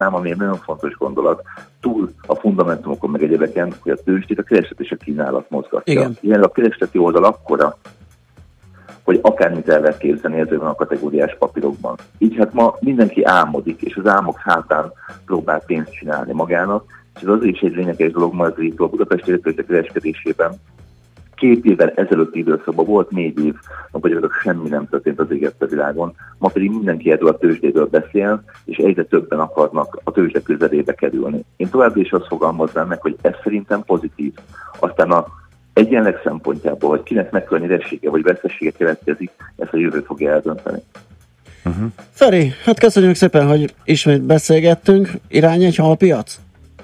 ami egy nagyon fontos gondolat, túl a fundamentumokon meg egyebeken, hogy a tőzsdét a kereslet és a kínálat mozgatja. Ilyen a keresleti oldal akkora, hogy akármit el lehet képzelni ezekben a kategóriás papírokban. Így hát ma mindenki álmodik, és az álmok hátán próbál pénzt csinálni magának, és ez azért is egy lényeges dolog ma az a Budapesti Értéktőzsde kereskedésében. 2 évvel ezelőtti időszakban volt 4 év, amikor semmi nem történt az égett a világon, ma pedig mindenki erről a tőzsdéről beszél, és egyre többen akarnak a tőzsde közelébe kerülni. Én továbbra is azt fogalmaznám meg, hogy ez szerintem pozitív. Aztán a egyenleg szempontjából, vagy kinek mekkora nyeressége vagy vesztesége keletkezik, ezt a jövő fogja eldönteni. Feri, hát köszönjük szépen, hogy ismét beszélgettünk. Irány egy halpiac?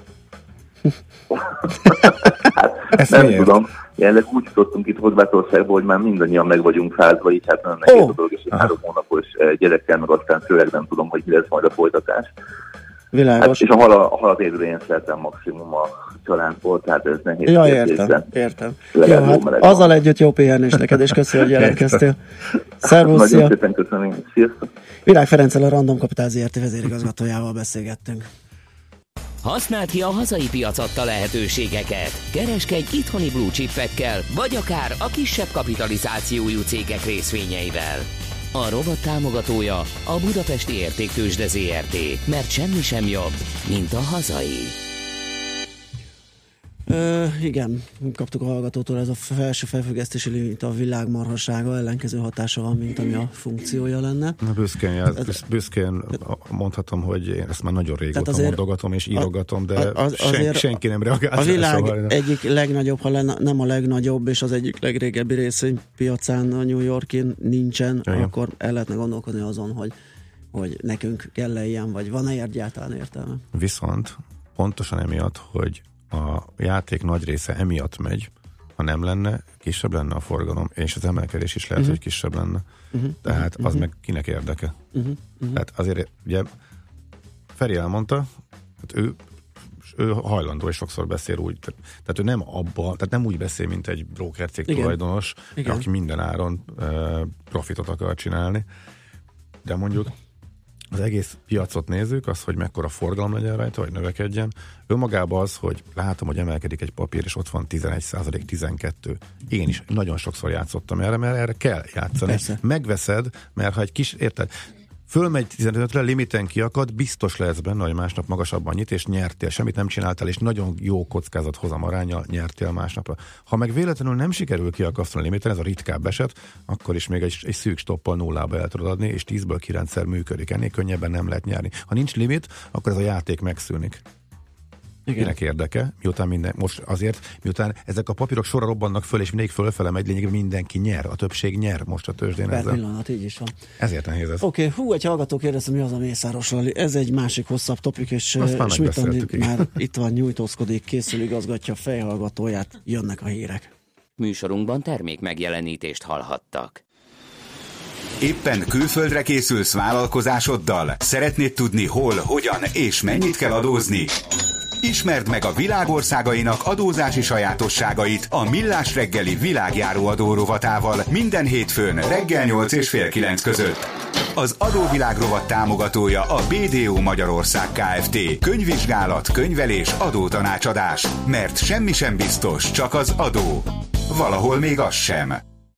Hát nem tudom. Jelenleg úgy jutottunk itt Horvátországból, hogy már mindannyian meg vagyunk fázva, így hát nagyon nehéz a dolog, és egy 3 hónapos gyerekkel, meg aztán főleg nem tudom, hogy mi lesz majd a folytatás. Világos. Hát, és a halat élőre én szeretem maximum a családból, tehát ez nehéz. Ja, értem. Jó, hát azzal együtt jó pihenés neked, és köszönöm, hogy jelentkeztél. Szervusz, nagyon szépen köszönöm, sziasztok. Virág Ferenccel, a Random Capital Zrt. vezérigazgatójával beszélgettünk. Használd ki a hazai piac adta lehetőségeket. Kereskedj itthoni blue chipekkel, vagy akár a kisebb kapitalizációjú cégek részvényeivel. A rovat támogatója a Budapesti Értéktőzsde Zrt., mert semmi sem jobb, mint a hazai. Igen, kaptuk a hallgatótól, ez a felső felfüggesztési limit a világmarhasága, ellenkező hatása van, mint ami a funkciója lenne. Büszkén mondhatom, hogy én ezt már nagyon régóta mondogatom és írogatom, de senki nem reagál. A világ egyik legnagyobb, ha nem a legnagyobb, és az egyik legrégebbi részvénypiacán, a New Yorkin nincsen, akkor el lehetne gondolkodni azon, hogy nekünk kell-e ilyen, vagy van-e egyáltalán értelme. Viszont pontosan emiatt, hogy a játék nagy része emiatt megy, ha nem lenne, kisebb lenne a forgalom, és az emelkedés is lehet, hogy kisebb lenne. Tehát az meg kinek érdeke. Tehát azért, ugye, Feri elmondta, hát ő hajlandó, és sokszor beszél úgy, tehát ő nem tehát nem úgy beszél, mint egy brókercég tulajdonos, aki minden áron profitot akar csinálni, de mondjuk az egész piacot nézzük, az, hogy mekkora forgalom legyen rajta, vagy növekedjen. Önmagában az, hogy látom, hogy emelkedik egy papír, és ott van 11%, 12%. Én is nagyon sokszor játszottam erre, mert erre kell játszani. Persze. Megveszed, mert ha egy kis, érted, fölmegy 15-re, limiten kiakad, biztos lesz benne, hogy másnap magasabban nyit, és nyertél, semmit nem csináltál, és nagyon jó kockázat hozamaránnyal nyertél másnapra. Ha meg véletlenül nem sikerül kiakasztani a limiten, ez a ritkább eset, akkor is még egy szűk stoppal nullába el tudod adni, és 10-ből 9-szer működik. Ennél könnyebben nem lehet nyerni. Ha nincs limit, akkor ez a játék megszűnik. Kinek érdeke, miután ezek a papírok sorra robbannak föl, és mindig fölfele megy, lényegében mindenki nyer, a többség nyer most a tőzsdén ezzel. Pillanat, így is van. Ezért nehéz ez. Oké, egy hallgató kérdezte, mi az a Mészáros Lali. Ez egy másik hosszabb topik, és Schmidt-Andi már itt van, nyújtózkodik, készül, igazgatja a fejhallgatóját, jönnek a hírek. Műsorunkban termék megjelenítést hallhattak. Éppen külföldre készülsz vállalkozásoddal? Szeretnéd tudni hol, hogyan és mennyit kell adózni? Ismerd meg a világországainak adózási sajátosságait a Millás reggeli világjáró adó rovatával minden hétfőn reggel 8 és fél 9 között. Az adóvilág rovat támogatója a BDO Magyarország Kft. Könyvvizsgálat, könyvelés, adótanácsadás. Mert semmi sem biztos, csak az adó. Valahol még az sem.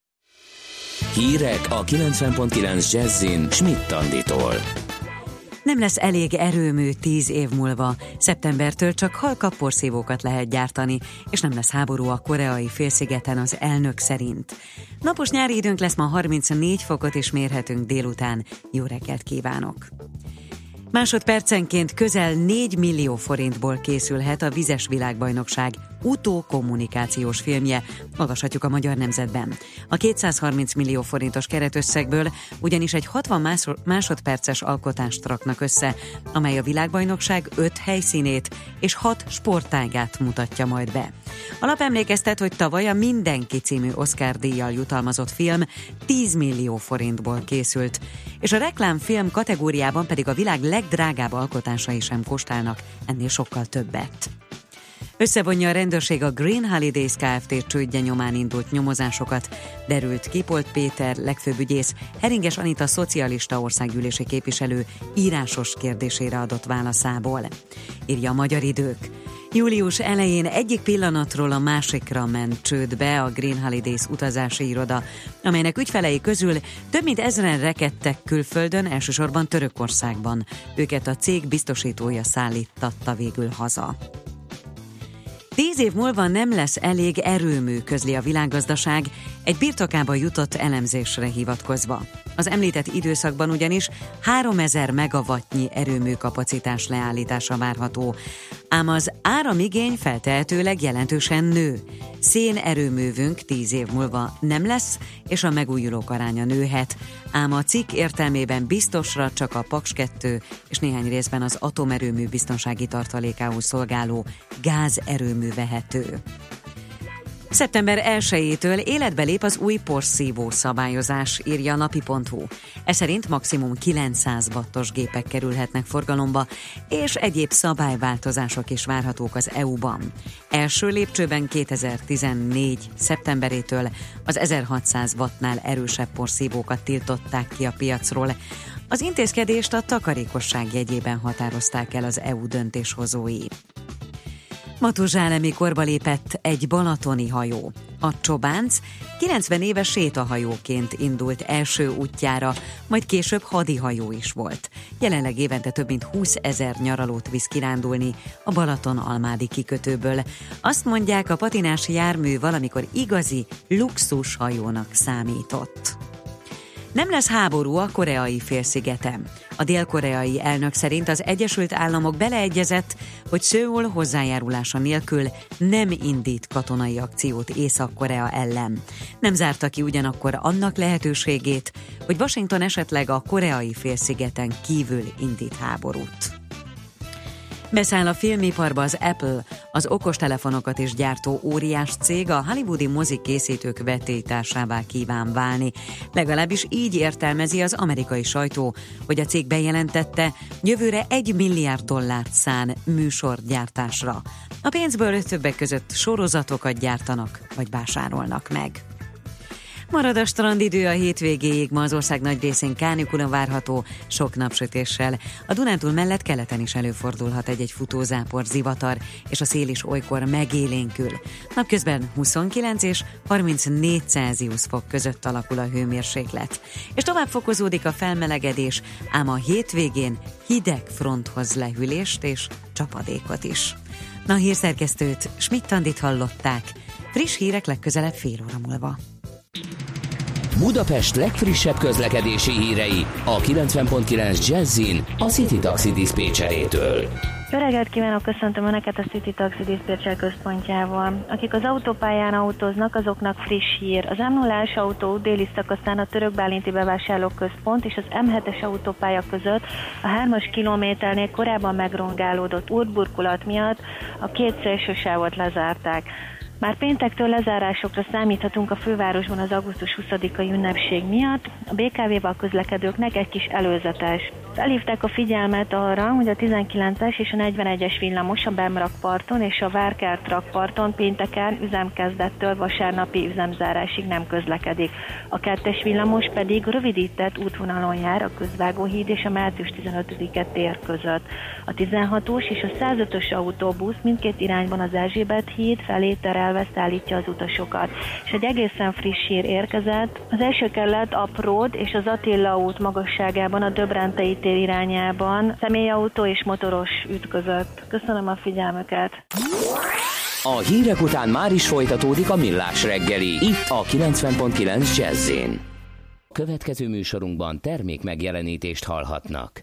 Hírek a 90.9 Jazzin Schmidt-Anditól. Nem lesz elég erőmű 10 év múlva. Szeptembertől csak halkabb porszívókat lehet gyártani, és nem lesz háború a koreai félszigeten az elnök szerint. Napos nyári időnk lesz, ma 34 fokot is mérhetünk délután. Jó reggelt kívánok! Másodpercenként közel 4 millió forintból készülhet a Vizes világbajnokság utókommunikációs filmje, olvashatjuk a Magyar Nemzetben. A 230 millió forintos keretösszegből ugyanis egy 60 másodperces alkotást raknak össze, amely a világbajnokság 5 helyszínét és 6 sportágát mutatja majd be. A lap emlékeztet, hogy tavaly a Mindenki című Oscar-díjjal jutalmazott film 10 millió forintból készült, és a reklámfilm kategóriában pedig a világ legdrágább alkotásai sem kóstálnak ennél sokkal többet. Összevonja a rendőrség a Green Holidays Kft. Csődje nyomán indult nyomozásokat, derült ki Polt Péter legfőbb ügyész Heringes Anita szocialista országgyűlési képviselő írásos kérdésére adott válaszából. Írja a Magyar Idők. Július elején egyik pillanatról a másikra ment csődbe a Green Holidays utazási iroda, amelynek ügyfelei közül több mint 1000-en rekedtek külföldön, elsősorban Törökországban. Őket a cég biztosítója szállítatta végül haza. 10 év múlva nem lesz elég erőmű, közli a Világgazdaság egy birtokába jutott elemzésre hivatkozva. Az említett időszakban ugyanis 3000 megawattnyi erőmű kapacitás leállítása várható, ám az áramigény feltehetőleg jelentősen nő. Szénerőművünk 10 év múlva nem lesz, és a megújulók aránya nőhet, ám a cikk értelmében biztosra csak a Paks 2 és néhány részben az atomerőmű biztonsági tartalékául szolgáló gázerőmű vehető. Szeptember 1-től életbe lép az új porszívó szabályozás, írja a napi.hu. Ez szerint maximum 900 wattos gépek kerülhetnek forgalomba, és egyéb szabályváltozások is várhatók az EU-ban. Első lépcsőben 2014. szeptemberétől az 1600 wattnál erősebb porszívókat tiltották ki a piacról. Az intézkedést a takarékosság jegyében határozták el az EU döntéshozói. Matuzsálemi korba lépett egy balatoni hajó. A Csobánc 90 éves sétahajóként indult első útjára, majd később hadihajó is volt. Jelenleg évente több mint 20 000 nyaralót visz kirándulni a Balaton-almádi kikötőből. Azt mondják, a patinás jármű valamikor igazi luxushajónak számított. Nem lesz háború a koreai félszigeten. A dél-koreai elnök szerint az Egyesült Államok beleegyezett, hogy Szöul hozzájárulása nélkül nem indít katonai akciót Észak-Korea ellen. Nem zárta ki ugyanakkor annak lehetőségét, hogy Washington esetleg a koreai félszigeten kívül indít háborút. Beszáll a filmiparba az Apple, az okostelefonokat is gyártó óriás cég a hollywoodi mozikészítők vetélytársává kíván válni. Legalábbis így értelmezi az amerikai sajtó, hogy a cég bejelentette, jövőre $1 milliárd szán műsorgyártásra. A pénzből többek között sorozatokat gyártanak vagy vásárolnak meg. Marad a strandidő a hétvégéig, ma az ország nagy részén kánikula várható, sok napsütéssel. A Dunántúl mellett keleten is előfordulhat egy-egy futózápor, zivatar, és a szél is olykor megélénkül. Napközben 29 és 34 Celsius fok között alakul a hőmérséklet. És tovább fokozódik a felmelegedés, ám a hétvégén hideg fronthoz lehűlést és csapadékot is. A hírszerkesztőt, Schmidt-Tandit hallották. Friss hírek legközelebb fél óra múlva. Budapest legfrissebb közlekedési hírei a 90.9 Jazzin a City Taxi diszpécserétől. Jó reggelt kívánok, köszöntöm Önöket a City Taxi diszpécser központjával. Akik az autópályán autóznak, azoknak friss hír. Az M0-as autó déli szakaszán a Törökbálinti bevásárlóközpont és az M7-es autópálya között a 3-as kilométernél korábban megrongálódott útburkolat miatt a két szélsősávot lezárták. Már péntektől lezárásokra számíthatunk a fővárosban az augusztus 20-ai ünnepség miatt, a BKV-val közlekedőknek egy kis előzetes. Felhívták a figyelmet arra, hogy a 19-es és a 41-es villamos a Bemrakparton és a Várkert-rakparton pénteken üzemkezdettől vasárnapi üzemzárásig nem közlekedik. A 2-es villamos pedig rövidített útvonalon jár a Közvágóhíd és a március 15-e tér között. A 16-os és a 105-ös autóbusz mindkét irányban az Erzsébet híd felé terelve szállítja az utasokat. És egy egészen friss hír érkezett. Az első kerület Apród és az Attila út magasságában a Döbrentei tér irányában személyautó és motoros ütközött. Köszönöm a figyelmüket! A hírek után már is folytatódik a Millás reggeli, itt a 90.9 Jazz-in. Következő műsorunkban termék megjelenítést hallhatnak.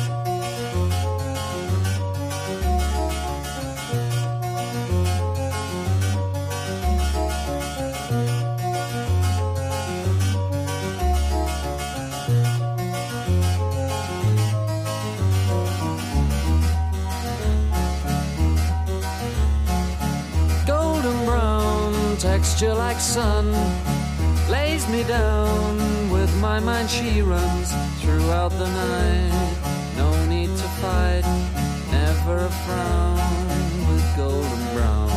Texture like sun lays me down. With my mind she runs throughout the night. No need to fight, never a frown. With golden brown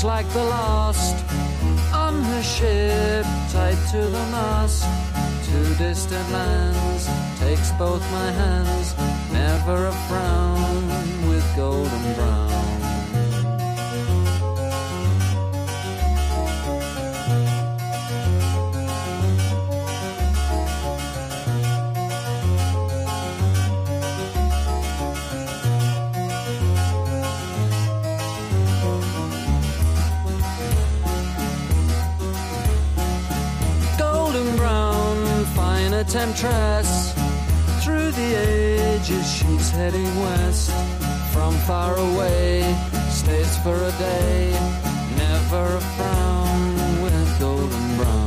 just like the last. On her ship, tied to the mast, to distant lands, takes both my hands, never a frown, with golden brown. Temptress, through the ages she's heading west. From far away, stays for a day, never a frown, with golden brown.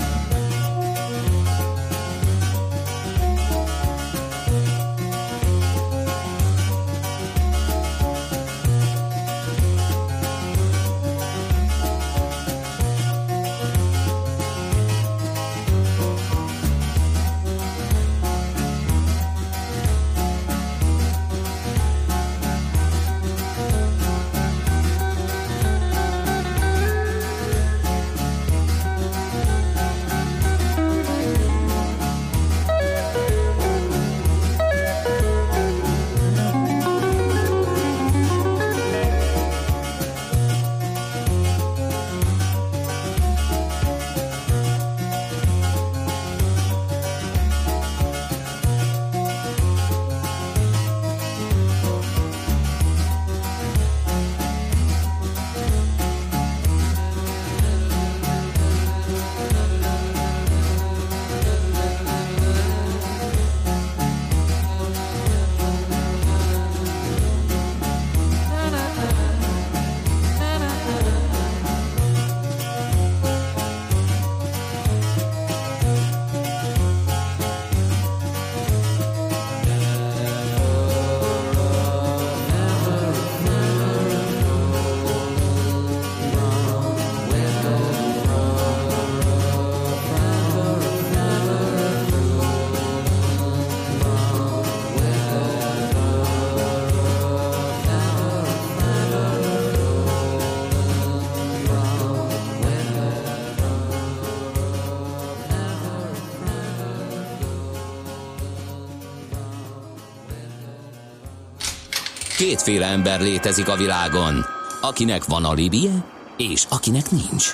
Kétféle ember létezik a világon, akinek van alibije, és akinek nincs.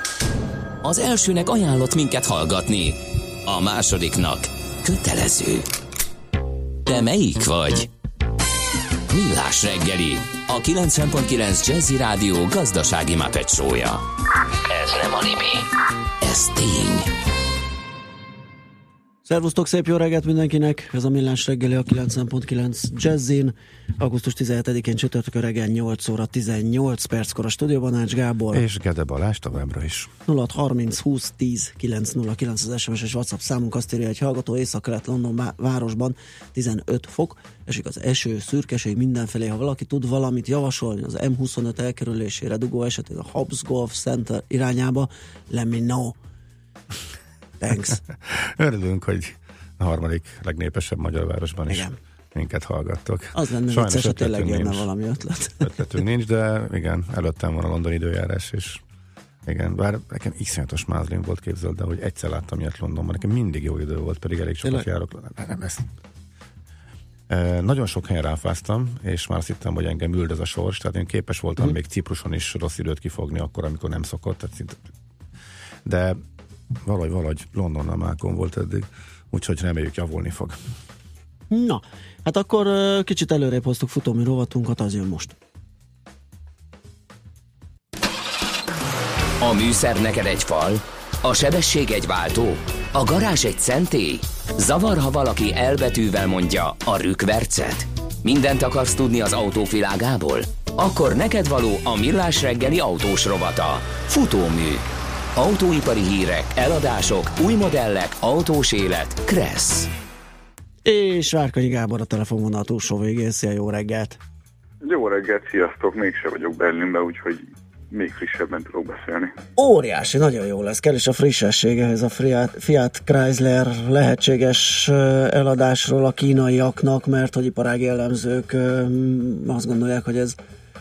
Az elsőnek ajánlott minket hallgatni, a másodiknak kötelező. Te melyik vagy? Millás reggeli, a 90.9 Jazzy Rádió gazdasági Muppet show-ja. Ez nem anime, ez tény. Szervusztok, szép jó reggelt mindenkinek! Ez a Millás reggeli a 90.9 Jazzin. Augusztus 17-én csütörtökön reggel 8 óra 18 perckor a stúdióban Ács Gábor. És Gede Balázs továbbra is. 0630 20 10 909 az SMS és WhatsApp számunk, azt írja egy hallgató: Észak-kelet London városban 15 fok, esik az eső, szürkeség mindenfelé. Ha valaki tud valamit javasolni az M25 elkerülésére dugó esetén a Hobbs Golf Center irányába, let me know. Thanks. Örülünk, hogy a harmadik legnépesebb magyar városban is igen, minket hallgattok. Az lenne vicces, ha tényleg jönne valami ötlet. Ötletünk nincs, de igen, előttem van a londoni időjárás, és igen, bár nekem iszonyatos mázlim volt, képzeld, de hogy egyszer láttam ilyet Londonban, nekem mindig jó idő volt, pedig elég sokat járok. Nem, ezt. Nagyon sok helyen ráfáztam, és már azt hittem, hogy engem üldöz a sors, tehát én képes voltam még Cipruson is rossz időt kifogni, akkor, amikor nem szokott, tehát szinte... de valahogy Londonnal mákon volt eddig, úgyhogy reméljük javulni fog. Na, hát akkor kicsit előrébb hoztuk futómű rovatunkat, az jön most. A műszer neked egy fal, a sebesség egy váltó, a garázs egy szentély. Zavar, ha valaki elbetűvel mondja a rükvercet. Mindent akarsz tudni az autóvilágából? Akkor neked való a Millás reggeli autós rovata. Futómű. Autóipari hírek, eladások, új modellek, autós élet, Kressz. És Várkonyi Gábor a telefonvonal túlsó végén. Szia, jó reggelt! Jó reggelt, sziasztok! Mégse vagyok Berlinben, úgyhogy még frissebben tudok beszélni. Óriási, nagyon jó lesz. Kell is a frissessége, ez a Fiat Chrysler lehetséges eladásról a kínaiaknak, mert hogy iparági elemzők azt gondolják, hogy ez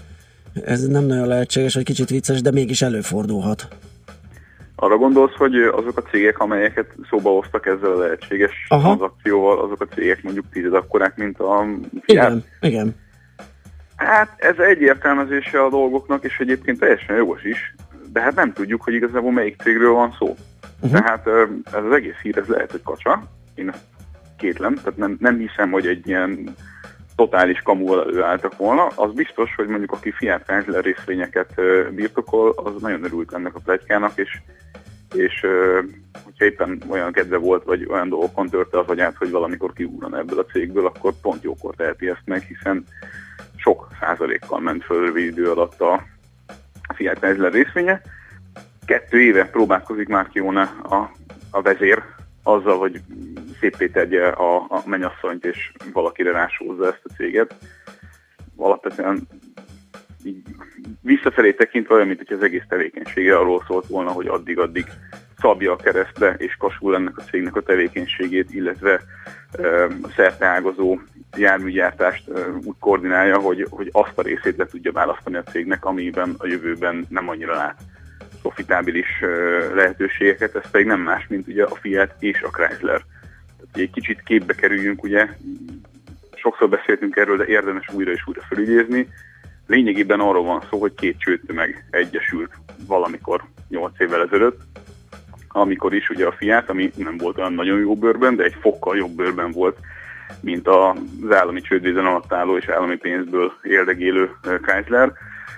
Ez nem nagyon lehetséges, vagy kicsit vicces, de mégis előfordulhat. Arra gondolsz, hogy azok a cégek, amelyeket szóba hoztak ezzel a lehetséges tranzakcióval, azok a cégek mondjuk 10 akkorák, mint a Fiat? Igen. Hát ez egyértelmezése a dolgoknak, és egyébként teljesen jogos is, de hát nem tudjuk, hogy igazából melyik cégről van szó. Tehát ez az egész hír, ez lehet, hogy kacsa. Én ezt kétlem, tehát nem hiszem, hogy egy ilyen totális kamuval előálltak volna. Az biztos, hogy mondjuk aki Fiat Chrysler részvényeket birtokol, az nagyon örült ennek a pletykának, és hogyha éppen olyan kedve volt, vagy olyan dolgokon törte az agyát, hogy valamikor kiúran ebből a cégből, akkor pont jókor teheti ezt meg, hiszen sok százalékkal ment föl rövid idő alatt a Fiat Chrysler részvénye. 2 éve próbálkozik Marchionne a vezér azzal, hogy széppé tegye a mennyasszonyt, és valakire rásózza ezt a céget. Alapvetően így visszafelé tekintve olyan, mint hogy az egész tevékenysége arról szólt volna, hogy addig szabja a keresztre, és kasul ennek a cégnek a tevékenységét, illetve szerteágazó járműgyártást úgy koordinálja, hogy azt a részét le tudja választani a cégnek, amiben a jövőben nem annyira lát profitábilis lehetőségeket, ez pedig nem más, mint ugye a Fiat és a Chrysler. Tehát egy kicsit képbe kerüljünk, ugye, sokszor beszéltünk erről, de érdemes újra és újra felügyelni. Lényegében arról van szó, hogy 2 csőtömeg egyesült valamikor 8 évvel ezelőtt, amikor is ugye a Fiat, ami nem volt olyan nagyon jó bőrben, de egy fokkal jobb bőrben volt, mint az állami csődvézen alatt álló és állami pénzből éldegélő Chrysler,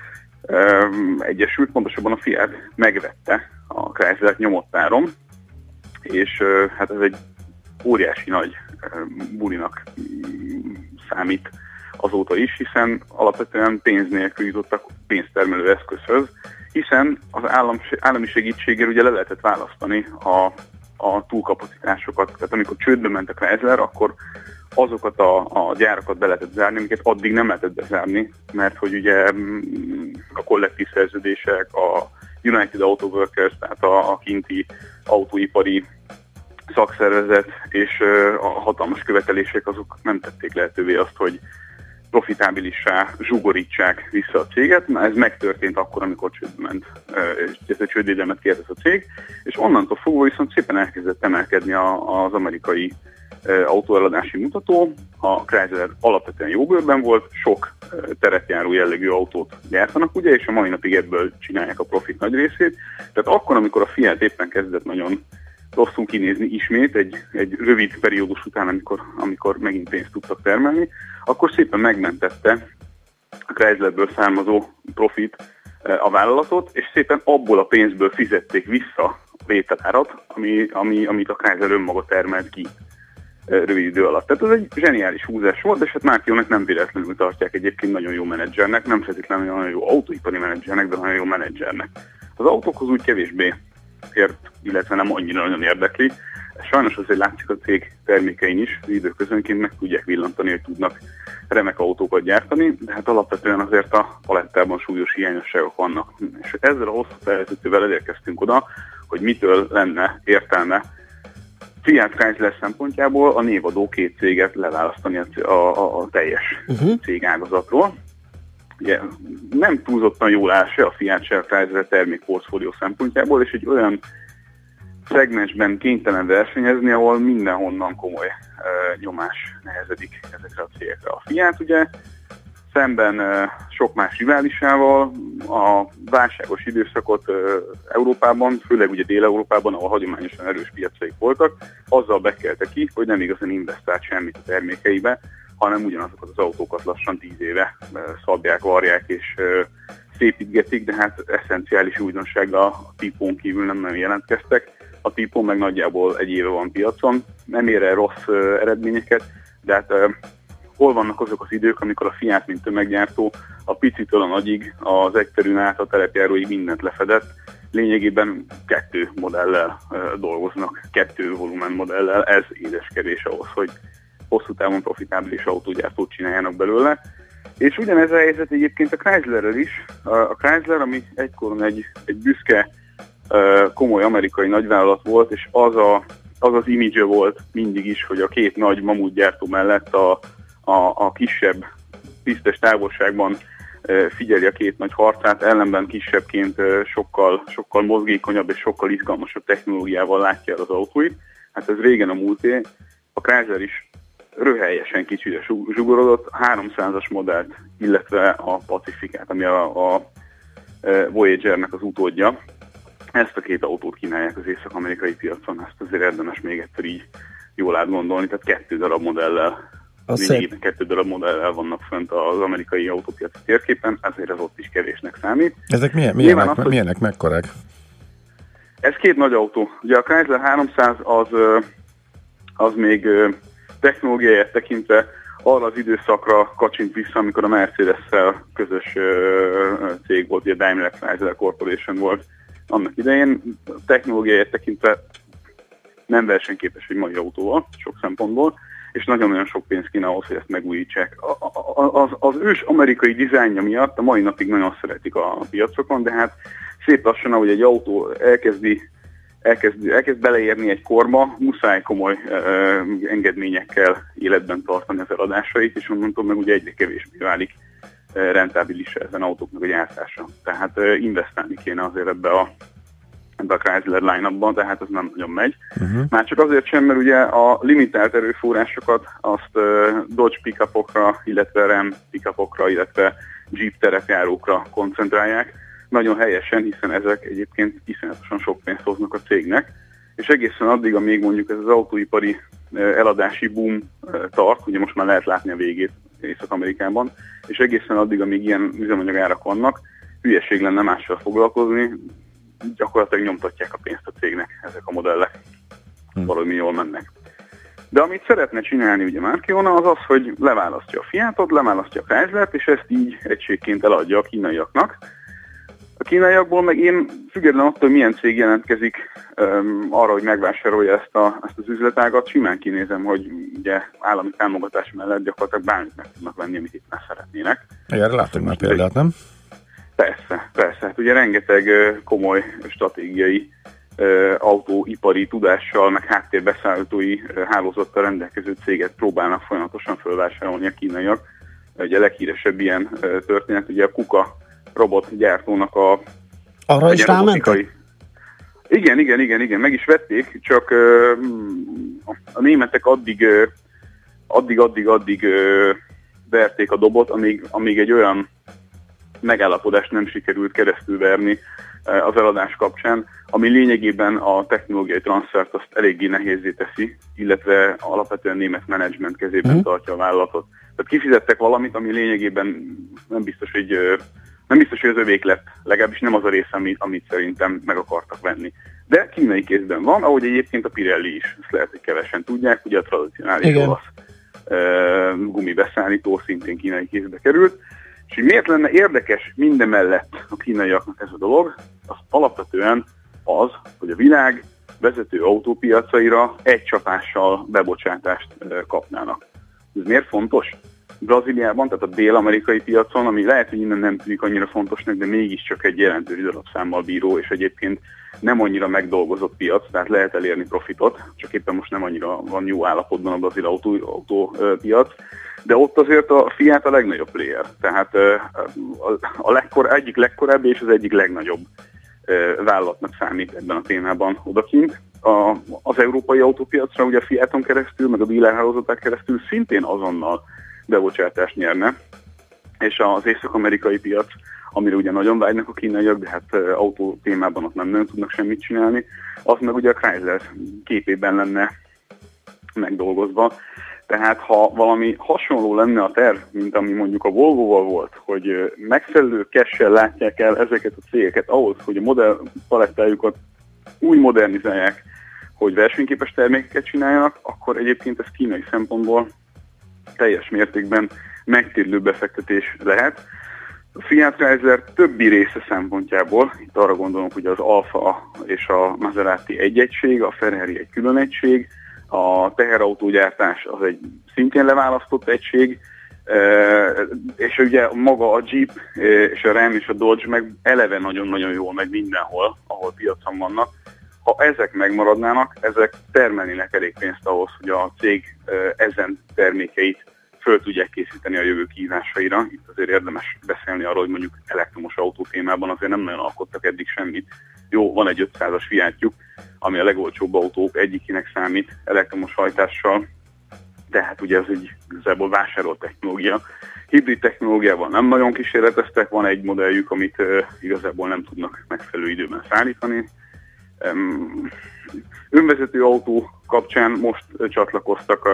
egyesült, pontosabban a Fiat megvette a Chrysler nyomott áron, és hát ez egy óriási nagy bulinak számít azóta is, hiszen alapvetően pénz nélkül jutottak pénztermelő eszközhöz, hiszen az állami segítséggel ugye le lehetett választani a túlkapacitásokat. Tehát amikor csődbe ment a Chrysler, akkor azokat a gyárakat be lehetett zárni, amiket addig nem lehetett bezárni, mert hogy ugye a kollektív szerződések, a United Auto Workers, tehát a kinti autóipari szakszervezet és a hatalmas követelések, azok nem tették lehetővé azt, hogy profitábilissá zsugorítsák vissza a céget. Na, ez megtörtént akkor, amikor csődbe ment, és a csődvédelmet kért ez a cég, és onnantól fogva viszont szépen elkezdett emelkedni az amerikai autóeladási mutató. A Chrysler alapvetően jó bőrben volt, sok terepjáró jellegű autót gyártanak, ugye, és a mai napig ebből csinálják a profit nagy részét. Tehát akkor, amikor a Fiat éppen kezdett nagyon rosszul kinézni ismét, egy rövid periódus után, amikor megint pénzt tudtak termelni, akkor szépen megmentette a Chryslerből származó profit a vállalatot, és szépen abból a pénzből fizették vissza a vételárat, amit a Chrysler önmaga termelt ki rövid idő alatt. Tehát ez egy zseniális húzás volt, és hát Marchionnek nem véletlenül tartják egyébként nagyon jó menedzsernek, nem feltétlenül nagyon jó autóipari menedzsernek, de nagyon jó menedzsernek. Az autókhoz úgy kevésbé ért, illetve nem annyira nagyon érdekli. Sajnos azért látszik a cég termékein is, időközönként meg tudják villantani, hogy tudnak remek autókat gyártani, de hát alapvetően azért a palettában súlyos hiányosságok vannak. És ezzel a hosszú felvezetővel elérkeztünk oda, hogy mitől lenne értelme Fiat Chrysler szempontjából a névadó 2 céget leválasztani a teljes cégágazatról. Ugye, nem túlzottan jól áll se a Fiat, se a Chrysler termékportfólió szempontjából, és egy olyan szegmensben kénytelen versenyezni, ahol mindenhonnan komoly nyomás nehezedik ezekre a cégekre. A Fiat ugye szemben sok más riválisával a válságos időszakot Európában, főleg ugye Dél-Európában, ahol hagyományosan erős piacaik voltak, azzal bekelte ki, hogy nem igazán investált semmit a termékeibe, hanem ugyanazokat az autókat lassan 10 éve szabják, varják és szépítgetik, de hát eszenciális újdonsággal a Tipo-n kívül nem jelentkeztek. A Tipo meg nagyjából 1 éve van piacon, nem ér el rossz eredményeket, de hát hol vannak azok az idők, amikor a Fiat, mint tömeggyártó, a picitől a nagyig, az egyszerűn át a terepjáróig mindent lefedett, lényegében 2 modellel dolgoznak, 2 volumen modellel, ez édeskedés ahhoz, hogy hosszú távon profitábilis autógyártót csináljanak belőle. És ugyanez a helyzet egyébként a Chryslerrel is. A Chrysler, ami egykoron egy büszke, komoly amerikai nagyvállalat volt, és az az image volt mindig is, hogy a 2 nagy mamutgyártó mellett a kisebb, tisztes távolságban figyeli a két nagy harcát, ellenben kisebbként sokkal mozgékonyabb és sokkal izgalmasabb technológiával látja el az autóit. Hát ez régen a múlté. A Chrysler is röhelyesen kicsire zsugorodott, 300-as modellt, illetve a Pacificát, ami a Voyager-nek az utódja. Ezt a két autót kínálják az észak-amerikai piacon, ezt azért érdemes még egyszer így jól átgondolni, tehát 2 darab modellel, lényegében 2 darab modellel vannak fönt az amerikai autópiaci térképen, ezért ez ott is kevésnek számít. Ezek milyenek, mekkorák? Ez 2 nagy autó. Ugye a Chrysler 300 az még technológiáját tekintve arra az időszakra kacsint vissza, amikor a Mercedes-szel közös cég volt, ugye Daimler Chrysler Corporation volt annak idején. Technológiáját tekintve nem versenyképes egy mai autóval, sok szempontból, és nagyon-nagyon sok pénz kéne ahhoz, hogy ezt megújítsák. Az ős amerikai dizájnja miatt a mai napig nagyon szeretik a piacokon, de hát szép lassan, ahogy egy autó elkezd beleérni egy korba, muszáj komoly engedményekkel életben tartani az eladásait, és onnantól meg ugye egyre kevésbé válik rentábilis ezen autóknak a gyártása. Tehát investálni kéne azért ebbe a Chrysler line-upban, tehát ez nem nagyon megy. Már csak azért sem, mert ugye a limitált erőforrásokat azt Dodge pick-upokra, illetve Ram pick-upokra, illetve Jeep terepjárókra koncentrálják. Nagyon helyesen, hiszen ezek egyébként iszonyatosan sok pénzt hoznak a cégnek, és egészen addig, amíg mondjuk ez az autóipari eladási boom tart, ugye most már lehet látni a végét Észak-Amerikában, és egészen addig, amíg ilyen üzemanyagárak vannak, hülyeség lenne mással foglalkozni, gyakorlatilag nyomtatják a pénzt a cégnek ezek a modellek. Valami jól mennek. De amit szeretne csinálni ugye Marchionne az az, hogy leválasztja a Fiatot, leválasztja a Chryslert, és ezt így egységként eladja a kínaiaknak. A kínaiakból meg én függetlenül attól, hogy milyen cég jelentkezik arra, hogy megvásárolja ezt az üzletágat, simán kinézem, hogy ugye állami támogatás mellett gyakorlatilag bármit meg tudnak venni, amit itt már szeretnének. Erre láttunk már példát, nem? Persze. Hát ugye rengeteg komoly stratégiai autóipari tudással, meg háttérbeszállítói hálózattal rendelkező céget próbálnak folyamatosan fölvásárolni a kínaiak. Ugye a leghíresebb ilyen történet, ugye a KUKA robotgyártónak arra is rámentek? Igen, meg is vették, csak a németek addig verték a dobot, amíg egy olyan megállapodást nem sikerült keresztülverni az eladás kapcsán, ami lényegében a technológiai transfert azt eléggé nehézzé teszi, illetve alapvetően német menedzsment kezében tartja a vállalatot. Tehát kifizettek valamit, ami lényegében nem biztos, hogy az övék lett, legalábbis nem az a része, amit szerintem meg akartak venni. De kínai kézben van, ahogy egyébként a Pirelli is, ezt lehet, hogy kevesen tudják, ugye a tradicionális olasz gumibeszállító szintén kínai kézbe került. És hogy miért lenne érdekes mindemellett a kínaiaknak ez a dolog, az alapvetően az, hogy a világ vezető autópiacaira egy csapással bebocsátást kapnának. Ez miért fontos? Brazíliában, tehát a dél-amerikai piacon, ami lehet, hogy innen nem tűnik annyira fontosnak, de mégiscsak egy jelentős darabszámmal bíró, és egyébként nem annyira megdolgozott piac, tehát lehet elérni profitot, csak éppen most nem annyira van jó állapotban a brazil autópiac, de ott azért a Fiat a legnagyobb player, tehát egyik legkorábbi és az egyik legnagyobb vállalatnak számít ebben a témában odakint. Az európai autópiacra ugye a Fiaton keresztül, meg a dílerhálózatán keresztül szintén azonnal bebocsátást nyerne, és az észak-amerikai piac, amire ugye nagyon vágynak a kínaiak, de hát autó témában ott nem nagyon tudnak semmit csinálni, az meg ugye a Chrysler képében lenne megdolgozva. Tehát ha valami hasonló lenne a terv, mint ami mondjuk a Volvo-val volt, hogy megfelelő cash-sel látják el ezeket a cégeket ahhoz, hogy a modellpalettájukat úgy modernizálják, hogy versenyképes termékeket csináljanak, akkor egyébként ez kínai szempontból teljes mértékben megtérülő befektetés lehet. A Fiat Chrysler többi része szempontjából, itt arra gondolunk, hogy az Alfa és a Maserati egy egység, a Ferrari egy külön egység, a teherautógyártás az egy szintén leválasztott egység, és ugye maga a Jeep és a Ram és a Dodge meg eleve nagyon-nagyon jól megy mindenhol, ahol piacon vannak. Ha ezek megmaradnának, ezek termelnének elég pénzt ahhoz, hogy a cég ezen termékeit föl tudják készíteni a jövő kihívásaira. Itt azért érdemes beszélni arról, hogy mondjuk elektromos autó témában azért nem nagyon alkottak eddig semmit. Jó, van egy 500-as Fiatjuk, ami a legolcsóbb autók egyikének számít elektromos hajtással, de hát ugye ez egy igazából vásárolt technológia. Hibrid technológiával nem nagyon kísérleteztek, van egy modelljük, amit igazából nem tudnak megfelelő időben szállítani. Önvezető autó kapcsán most csatlakoztak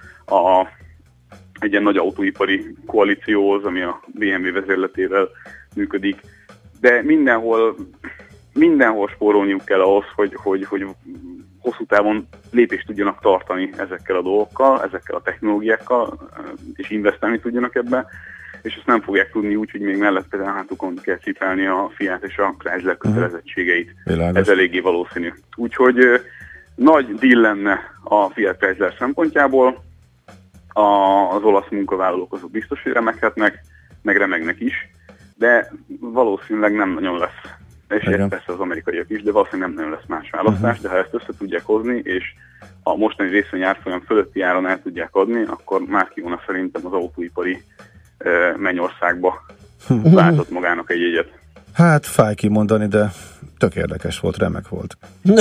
egy ilyen nagy autóipari koalícióhoz, ami a BMW vezérletével működik, de mindenhol spórolniuk kell ahhoz, hogy hosszú távon lépést tudjanak tartani ezekkel a dolgokkal, ezekkel a technológiákkal, és investálni tudjanak ebbe, és ezt nem fogják tudni úgy, hogy még mellette hátukon kell cipelni a Fiat és a Chrysler kötelezettségeit. Ez eléggé valószínű. Úgyhogy nagy deal lenne a Fiat Chrysler szempontjából, az olasz munkavállalók azok biztos, hogy remeghetnek, meg remegnek is, de valószínűleg nem nagyon lesz. És persze az amerikaiak is, de valószínűleg nem nagyon lesz más választás, de ha ezt össze tudják hozni, és a mostani részvény árfolyam fölötti áron el tudják adni, akkor már kivonna szerintem az autóipari mennyországba váltott magának egy jegyet. Hát fáj kimondani, de tök érdekes volt, remek volt.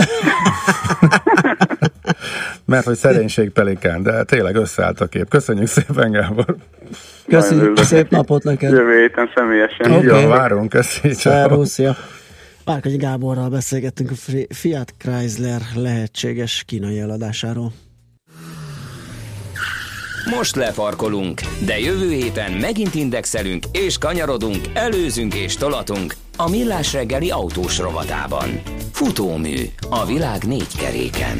Mert hogy szerénység pelikán, de tényleg összeállt a kép. Köszönjük szépen, Gábor! Köszönjük, szép napot neked! Jövő héten személyesen. Okay. Jó, várunk, köszönjük! Szervusz, Várkonyi Gáborral beszélgettünk a Fiat Chrysler lehetséges kínai eladásáról. Most lefarkolunk, de jövő héten megint indexelünk és kanyarodunk, előzünk és tolatunk a Millás reggeli autós rovatában. Futómű a világ 4 keréken.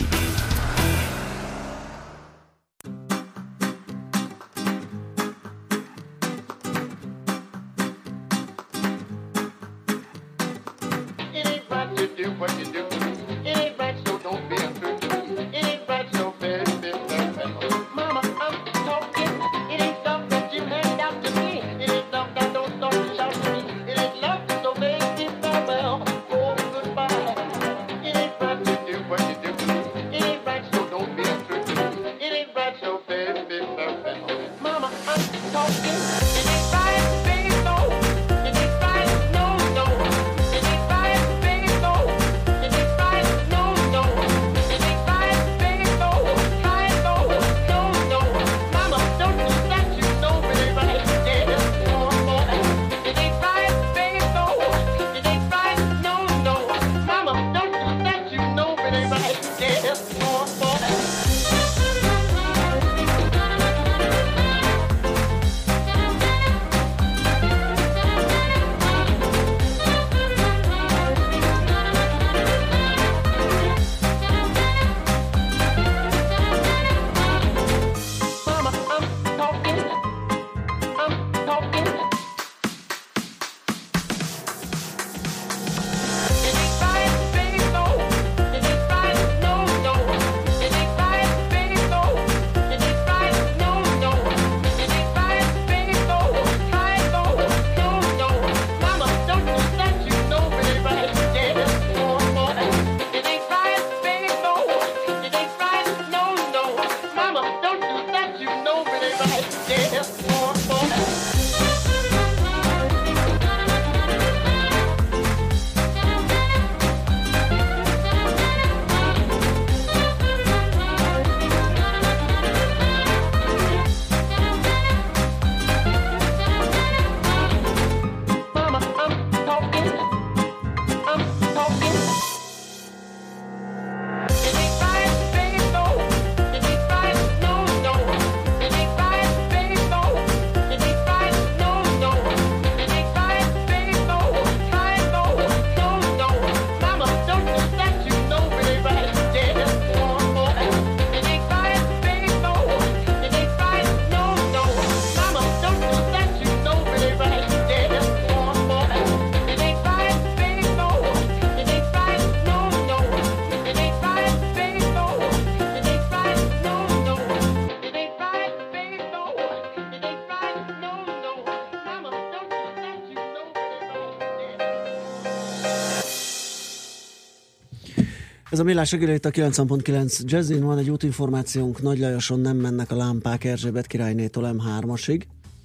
Ez a Millás reggeli itt a 90.9 Jazzin. Van egy útinformációnk, Nagy Lajoson nem mennek a lámpák Erzsébet királynétól M3-asig,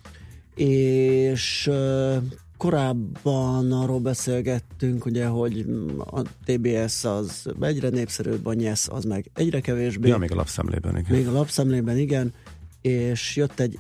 és korábban arról beszélgettünk, ugye, hogy a TBS az egyre népszerűbb, a NYESZ az meg egyre kevésbé. Ja, még a lapszemlében, igen. Még a lapszemlében, igen. És jött egy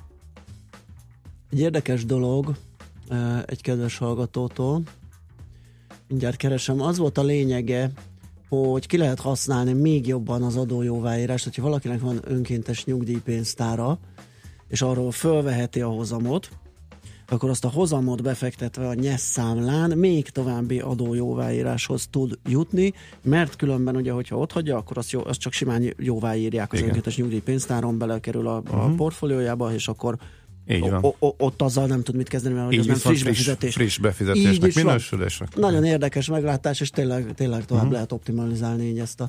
érdekes dolog egy kedves hallgatótól. Mindjárt keresem. Az volt a lényege, hogy ki lehet használni még jobban az adójóváírást, hogyha valakinek van önkéntes nyugdíjpénztára, és arról fölveheti a hozamot, akkor azt a hozamot befektetve a NYESZ számlán még további adójóváíráshoz tud jutni, mert különben ugye, hogyha ott hagyja, akkor azt csak simán jóváírják az önkéntes nyugdíjpénztáron, belekerül a portfóliójába, és akkor ott azzal nem tud mit kezdeni, mert az nem friss befizetés. Friss befizetésnek minősül. Nagyon érdekes meglátás, és tényleg tovább lehet optimalizálni így ezt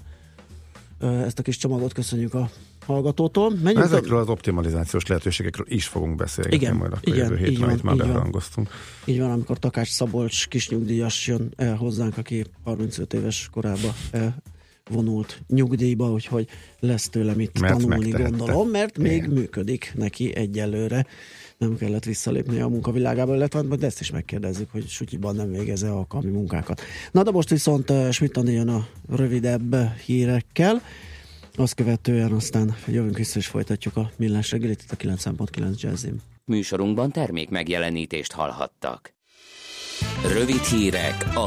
a kis csomagot. Köszönjük a hallgatótól. Ezekről az optimalizációs lehetőségekről is fogunk beszélgetni majd a jövő héten, amit már beharangoztunk. Így van, amikor Takács Szabolcs kisnyugdíjas jön el hozzánk, aki 35 éves korában vonult nyugdíjba, úgyhogy lesz tőle mit tanulni, gondolom, mert még működik neki egyelőre. Nem kellett visszalépni a munkavilágába, illetve de ezt is megkérdezzük, hogy sutyiban nem végez-e alkalmi munkákat. Na de most viszont Schmidt-Andi jön a rövidebb hírekkel, azt követően aztán jövünk vissza és folytatjuk a Millás reggelit itt a 90.9 Jazzin. Műsorunkban termék megjelenítést hallhattak. Rövid hírek a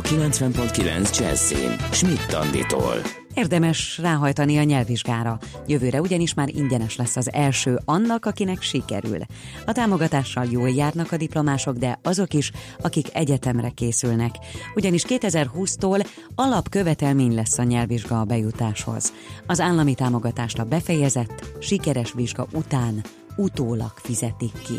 90.9 Jazzin Schmidt-Anditól. Érdemes ráhajtani a nyelvvizsgára. Jövőre ugyanis már ingyenes lesz az első annak, akinek sikerül. A támogatással jól járnak a diplomások, de azok is, akik egyetemre készülnek. Ugyanis 2020-tól alapkövetelmény lesz a nyelvvizsga a bejutáshoz. Az állami támogatást a befejezett, sikeres vizsga után utólag fizetik ki.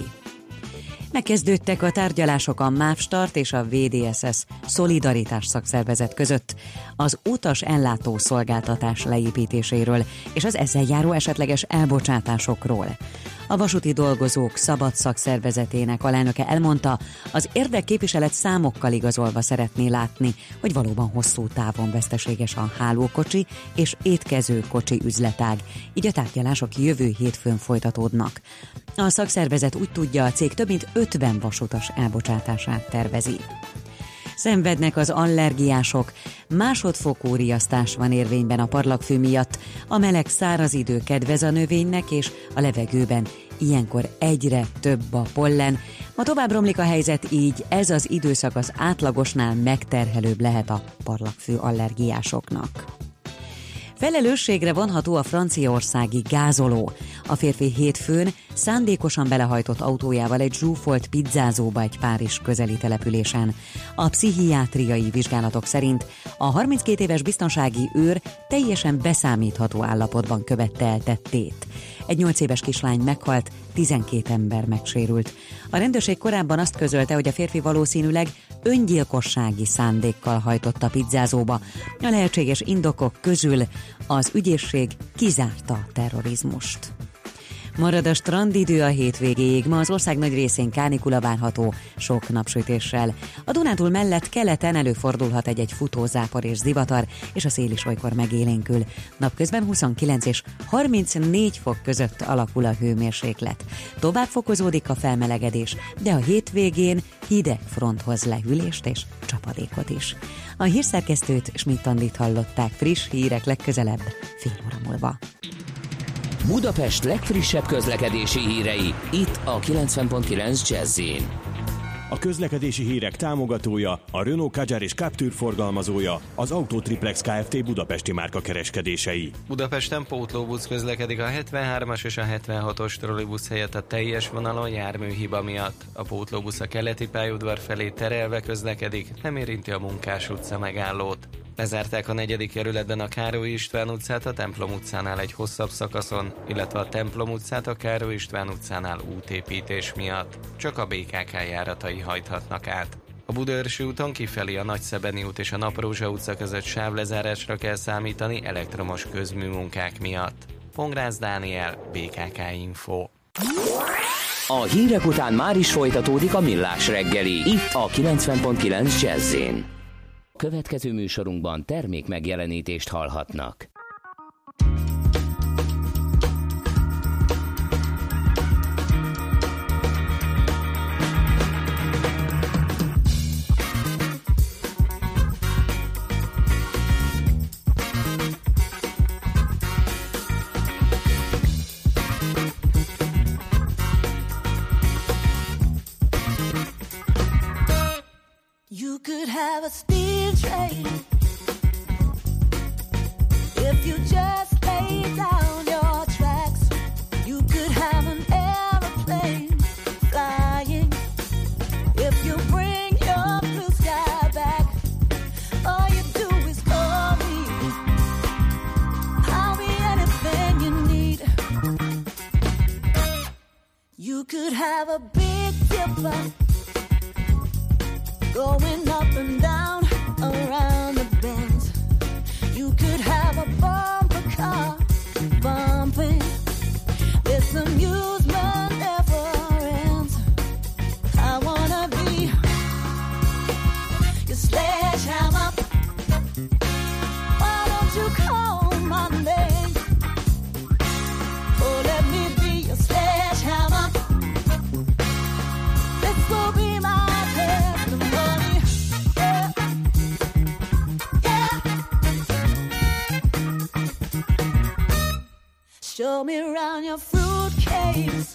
Megkezdődtek a tárgyalások a MÁV Start és a VDSS Szolidaritás szakszervezet között az utas ellátó szolgáltatás leépítéséről és az ezzel járó esetleges elbocsátásokról. A vasúti dolgozók szabad szakszervezetének alelnöke elmondta, az érdekképviselet számokkal igazolva szeretné látni, hogy valóban hosszú távon veszteséges a hálókocsi és étkezőkocsi üzletág, így a tárgyalások jövő hétfőn folytatódnak. A szakszervezet úgy tudja, a cég több mint 50 vasutas elbocsátását tervezi. Szenvednek az allergiások. Másodfokú riasztás van érvényben a parlagfű miatt. A meleg száraz idő kedvez a növénynek, és a levegőben ilyenkor egyre több a pollen. Ma tovább romlik a helyzet, így ez az időszak az átlagosnál megterhelőbb lehet a parlagfű allergiásoknak. Felelősségre vonható a franciaországi gázoló. A férfi hétfőn szándékosan belehajtott autójával egy zsúfolt pizzázóba egy Párizs közeli településen. A pszichiátriai vizsgálatok szerint a 32 éves biztonsági őr teljesen beszámítható állapotban követte el tettét. Egy 8 éves kislány meghalt, 12 ember megsérült. A rendőrség korábban azt közölte, hogy a férfi valószínűleg öngyilkossági szándékkal hajtott a pizzázóba. A lehetséges indokok közül az ügyészség kizárta a terrorizmust. Marad a strandidő a hétvégéig, ma az ország nagy részén kánikula várható, sok napsütéssel. A Dunántúl mellett keleten előfordulhat egy futózápor és zivatar, és a szél is olykor megélénkül. Napközben 29 és 34 fok között alakul a hőmérséklet. Tovább fokozódik a felmelegedés, de a hétvégén hideg front hoz lehűlést és csapadékot is. A hírszerkesztőt, Schmidt-Andit hallották, friss hírek legközelebb fél óra múlva. Budapest legfrissebb közlekedési hírei, itt a 90.9 Jazz-in. A közlekedési hírek támogatója, a Renault Kadjar és Captur forgalmazója, az Autotriplex Kft. Budapesti márka kereskedései. Budapesten pótlóbusz közlekedik a 73-as és a 76-os trollibusz helyett a teljes vonalon járműhiba miatt. A pótlóbusz a keleti pályaudvar felé terelve közlekedik, nem érinti a Munkás utca megállót. Lezárták a 4. kerületben a Károly István utcát a Templom utcánál egy hosszabb szakaszon, illetve a Templom utcát a Károly István utcánál útépítés miatt. Csak a BKK járatai hajthatnak át. A Budaörsi úton kifelé a Nagyszebeni út és a Naprózsa utca között sávlezárásra kell számítani elektromos közműmunkák miatt. Pongrász Dániel, BKK Info. A hírek után már is folytatódik a Millás reggeli, itt a 90.9 Jazz-in. Következő műsorunkban termék megjelenítést hallhatnak. You could have a steel train if you just lay down your tracks. You could have an aeroplane flying if you bring your blue sky back. All you do is call me. I'll be anything you need. You could have a big dipper going up and down around the bend. You could have a bumper car bumping. This amusement never ends. I wanna be your sledgehammer. Why don't you call my name? Oh, let me be your sledgehammer. This will be my testimony. Show me around your fruitcakes,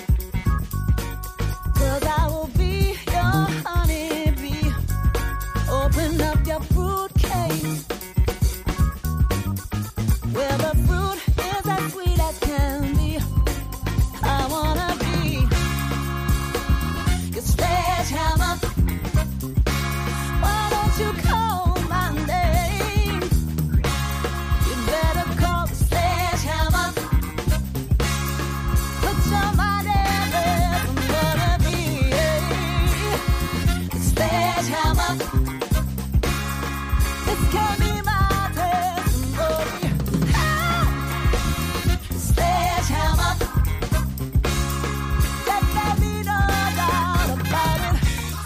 'cause I will be your honeybee. Open up your fruitcake, where the fruit is as sweet as can be. I wanna be your sledgehammer. Why don't you call my name? You better call the sledgehammer. Put your mind in there, I'm gonna be the sledgehammer. This can be my testimony. Ah! Sledgehammer. Let there be no doubt about it.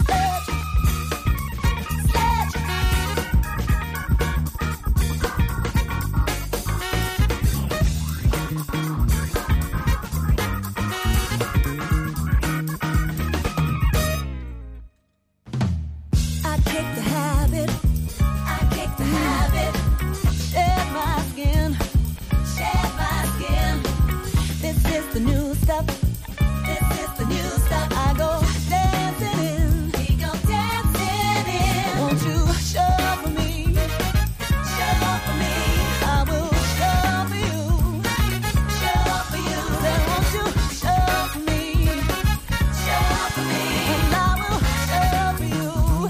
I kick the habit. I kick the habit. Shed my skin. Shed my skin. This is the new stuff. This is the new stuff. I go dancing in. We go dancing in. Won't you show for me? Show for me. I will show for you. Show for you. Then won't you show for me? Show for me. And I will show for you.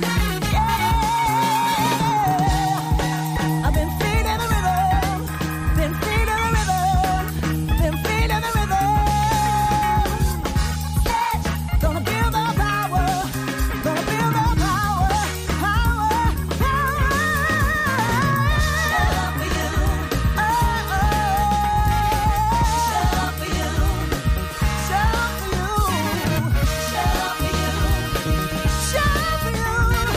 Yeah. I've been feet in the river. Been feet in the river. Been feet in the river. Sledge, gonna build the power. Gonna build the power. Power, power. Show for you. Oh, oh. Show for you. Show for you. Show for you. Show for you.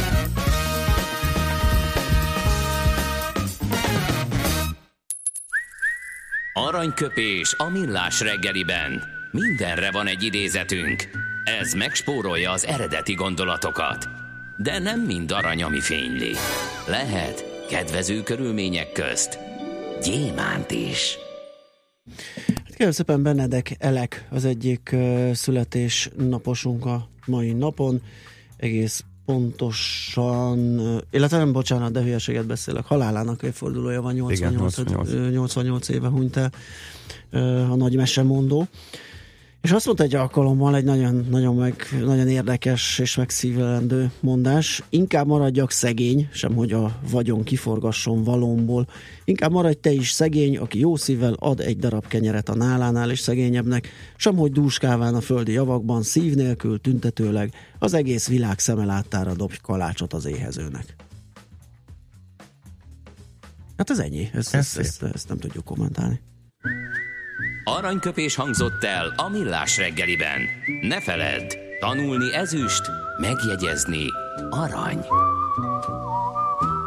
Aranyköpés a millás reggeliben. Mindenre van egy idézetünk. Ez megspórolja az eredeti gondolatokat. De nem mind arany, ami fényli. Lehet kedvező körülmények közt gyémánt is. Kérem szépen, Benedek Elek az egyik születésnaposunk a mai napon. Egész pontosan, illetve nem, bocsánat, de hülyeséget beszélek, halálának évfordulója van, 88 éve hunyt el a nagy mesemondó. És azt mondta egy alkalommal egy nagyon érdekes és megszívelendő mondás: inkább maradjak szegény, sem hogy a vagyon kiforgasson valomból. Inkább maradj te is szegény, aki jó szívvel ad egy darab kenyeret a nálánál és szegényebbnek, sem hogy dúskálván a földi javakban, szív nélkül, tüntetőleg az egész világ szeme láttára dobj kalácsot az éhezőnek. Hát ez ennyi, ezt nem tudjuk kommentálni. Aranyköpés hangzott el a millás reggeliben. Ne feledd, tanulni ezüst, megjegyezni arany.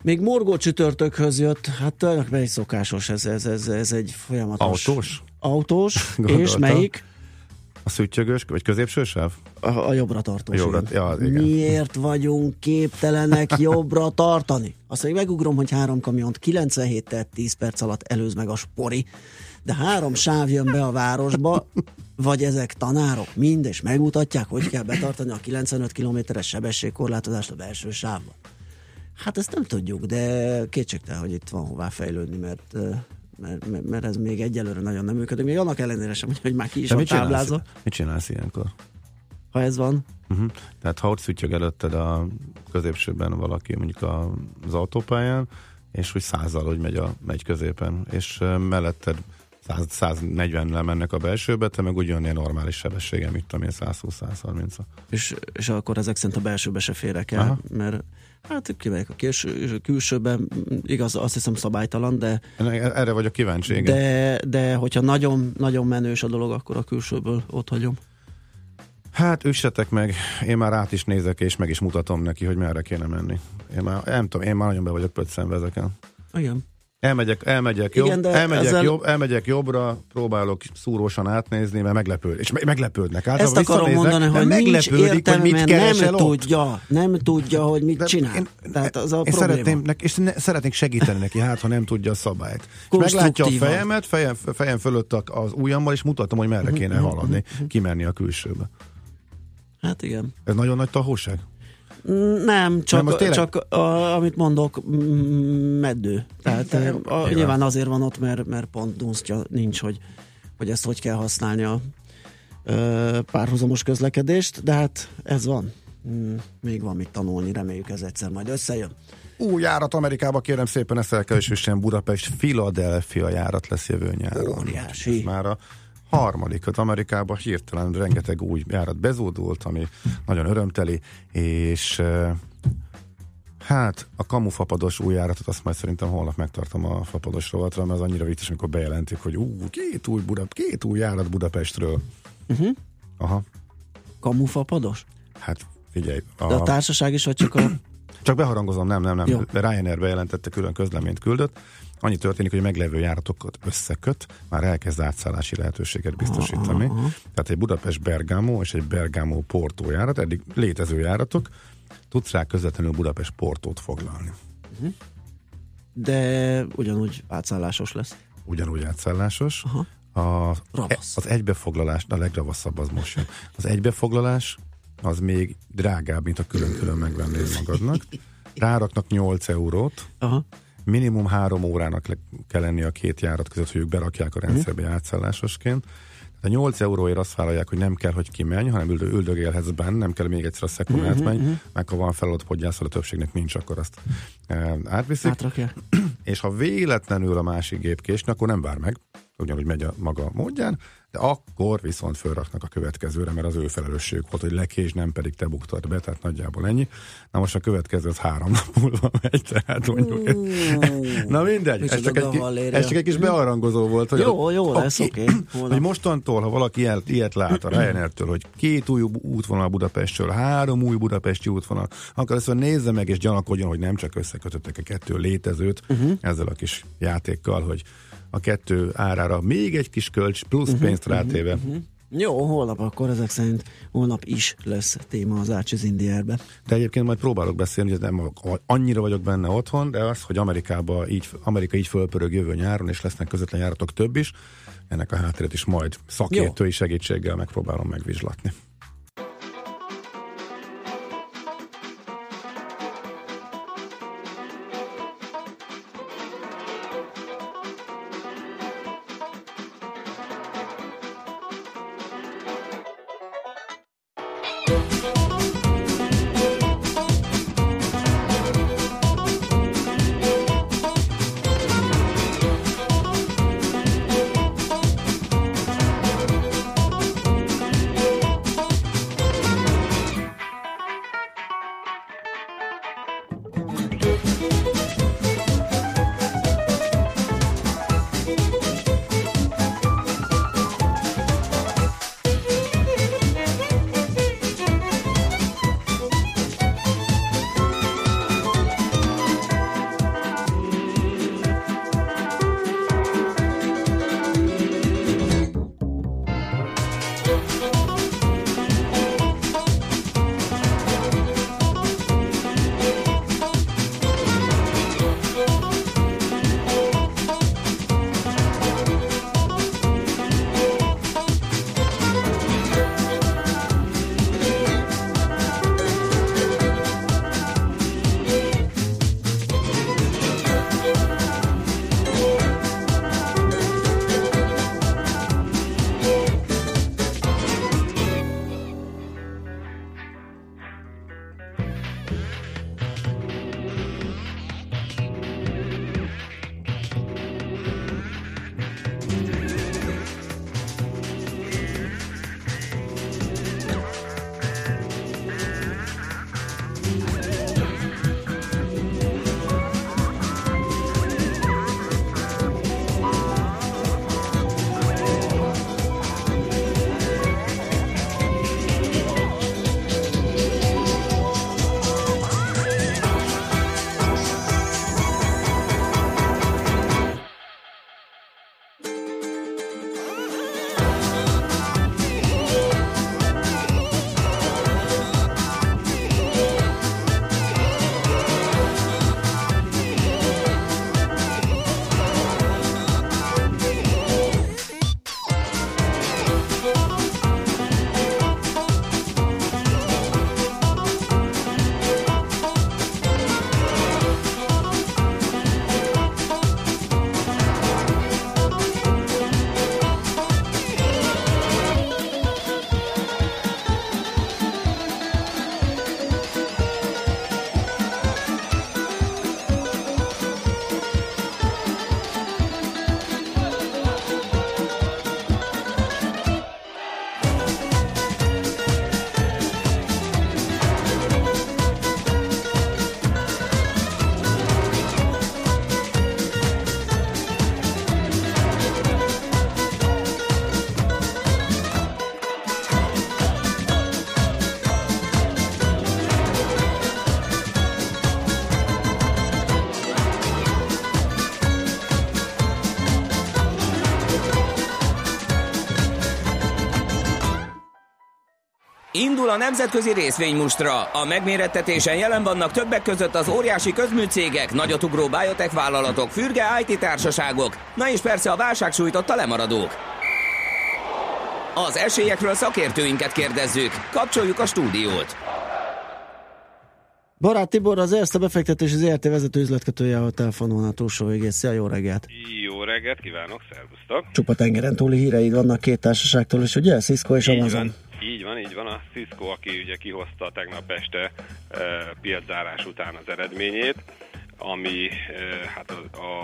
Még morgó csütörtökhöz jött, hát tulajdonképpen egy szokásos, ez egy folyamatos... Autós, és melyik? A szüttyögös, vagy középső sáv? A jobbra tartós. Miért vagyunk képtelenek jobbra tartani? Azt még megugrom, hogy 3 kamiont 97 10 perc alatt előz meg a spori, de 3 sáv jön be a városba, vagy ezek tanárok mind, és megmutatják, hogy kell betartani a 95 km-es sebességkorlátozást a belső sávban. Hát ezt nem tudjuk, de kétségtelen, hogy itt van hová fejlődni, mert ez még egyelőre nagyon nem működik. Még annak ellenére sem, hogy már ki is van táblázva. Mit csinálsz ilyenkor? Ha ez van? Tehát ha ott szüttyög előtted a középsőben valaki mondjuk az autópályán, és hogy 100-al, hogy megy középen, és melletted 140-nel mennek a belsőbe, te meg ugyanilyen normális sebességgel, mit tudom én, 120-130. És akkor ezek szerint a belsőbe se férek el, aha, mert hát kivegyek a külsőben, igaz, azt hiszem szabálytalan, de... Erre vagyok kíváncsi, de hogyha nagyon, nagyon menős a dolog, akkor a külsőből ott hagyom. Hát üssetek meg, én már át is nézek, és meg is mutatom neki, hogy merre kéne menni. Én már nagyon be vagyok pöccsenve ezeken. Igen. Elmegyek jobbra, próbálok szúrósan átnézni, mert meglepődnek. Ezt akarom mondani, hogy nincs értelme, mert nem tudja, hogy mit csinál. Tehát az a probléma. Szeretnék segíteni neki, hát ha nem tudja a szabályt. Meglátja a fejemet, fejem fölött az ujjammal, és mutatom, hogy merre kéne haladni, kimenni a külsőbe. Hát igen. Ez nagyon nagy tahóság? Nem, csak amit mondok, meddő. Tehát nyilván azért van ott, mert pont dunsztja nincs, hogy ezt hogy kell használni a párhuzamos közlekedést, de hát ez van. Még van mit tanulni, reméljük ez egyszer majd összejön. Új járat Amerikába, kérem szépen, ezt el kell ismerni, Budapest-Philadelphia járat lesz jövő nyáron. Óriási. Már a harmadikat Amerikában hirtelen rengeteg új járat bezódult, ami nagyon örömteli, és hát a kamufapados új járatot azt majd szerintem holnap megtartom a fapados rovatra, mert az annyira vicces, amikor bejelentik, hogy két új járat Budapestről. Aha. Kamufapados? Hát figyelj. De a társaság is, vagy csak a... Csak beharangozom, nem. De Ryanair bejelentette, külön közleményt küldött. Annyi történik, hogy meglevő járatokat összeköt, már elkezd átszállási lehetőséget biztosítani. Tehát egy Budapest-Bergamo és egy Bergamo-Porto járat, eddig létező járatok, tudsz rá közvetlenül Budapest-Portót foglalni. De ugyanúgy átszállásos lesz. Ugyanúgy átszállásos. Az egybefoglalás, a legravaszabb az most jön. Az egybefoglalás az még drágább, mint a külön-külön megvennéd magadnak. Ráraknak 8 eurót, minimum 3 órának kell lenni a két járat között, hogy ők berakják a rendszerbe átszállásosként. A 8 euróért azt vállalják, hogy nem kell, hogy kimenj, hanem üldögélhetsz benne, nem kell még egyszer a szekon átmenj, meg ha van feladat podgyászol, a többségnek nincs, akkor azt átviszik. Átrakják. És ha véletlenül a másik gép késne, akkor nem vár meg, ugyanúgy megy a maga módján, de akkor viszont fölraknak a következőre, mert az ő felelősségük volt, hogy lekés, nem pedig te buktad be, tehát nagyjából ennyi. Na most a következő az 3 nap múlva megy, tehát mondjuk. Na mindegy, ez csak egy kis bearangozó volt. Hogy jó lesz, oké. Hogy mostantól, ha valaki ilyet lát a Ryanair-től, hogy 2 új útvonal Budapestről, 3 új budapesti útvonal, akkor ezt nézze meg és gyanakodjon, hogy nem csak összekötöttek a 2 létezőt ezzel a kis játékkal, hogy a 2 árára még egy kis kölcs plusz pénzt rátéve. Jó, holnap akkor ezek szerint holnap is lesz téma az Ácsiz Indiérbe. De egyébként majd próbálok beszélni, hogy nem annyira vagyok benne otthon, de az, hogy Amerika így fölpörög jövő nyáron, és lesznek közvetlen járatok több is, ennek a hátteret is majd szakértői segítséggel megpróbálom megvizslatni. Indul a nemzetközi részvénymustra. A megmérettetésen jelen vannak többek között az óriási közműcégek, nagyotugró biotech vállalatok, fürge IT társaságok, na és persze a válság sújtotta lemaradók. Az esélyekről szakértőinket kérdezzük. Kapcsoljuk a stúdiót. Barát Tibor, az Erste befektetési ZRT vezető üzletkötője a telefonon a túlsó végén. Szia, jó reggelt! Jó reggelt kívánok, szervusztok! Csupa tengeren túli híreid vannak két társaságtól is, ugye? Cisco és Amazon. Így van. A Cisco, aki ugye kihozta tegnap este piaczárás után az eredményét, ami hát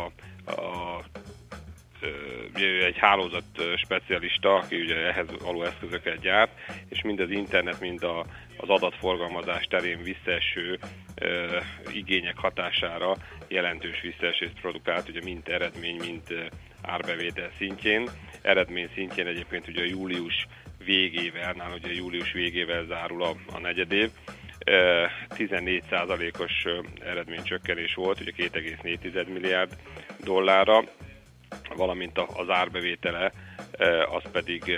egy hálózat specialista, aki ugye ehhez való eszközöket gyárt, és mind az internet, mind az adatforgalmazás terén visszaeső igények hatására jelentős visszaesést produkált, ugye mind eredmény, mind árbevétel szintjén. Eredmény szintjén egyébként ugye a július végével zárul a negyedév. 14%-os eredménycsökkenés volt, ugye 2,4 milliárd dollárra, valamint az árbevétele az pedig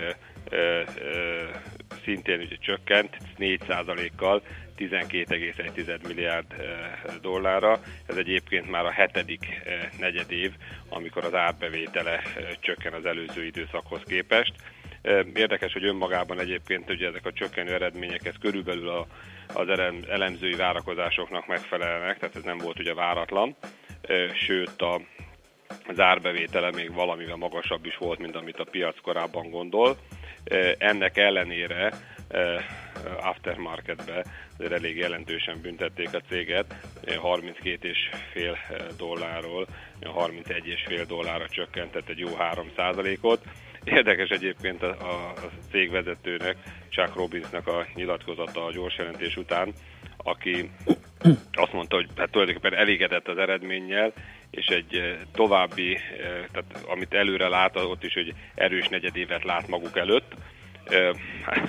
szintén ugye csökkent 4%-kal 12,1 milliárd dollárra. Ez egyébként már a 7. negyedév, amikor az árbevétele csökken az előző időszakhoz képest. Érdekes, hogy önmagában egyébként ugye ezek a csökkenő eredmények, ez körülbelül az elemzői várakozásoknak megfelelnek, tehát ez nem volt ugye váratlan, sőt az árbevétele még valamivel magasabb is volt, mint amit a piac korábban gondol. Ennek ellenére aftermarketbe elég jelentősen büntették a céget, 32,5 dollárról 31,5 dollárra csökkentett egy jó 3%-ot. Érdekes egyébként a cég vezetőnek, Chuck Robbinsnak a nyilatkozata a gyors jelentés után, aki azt mondta, hogy hát tulajdonképpen elégedett az eredménnyel, és egy további, tehát amit előre lát, ott is, hogy erős negyedévet lát maguk előtt. Hát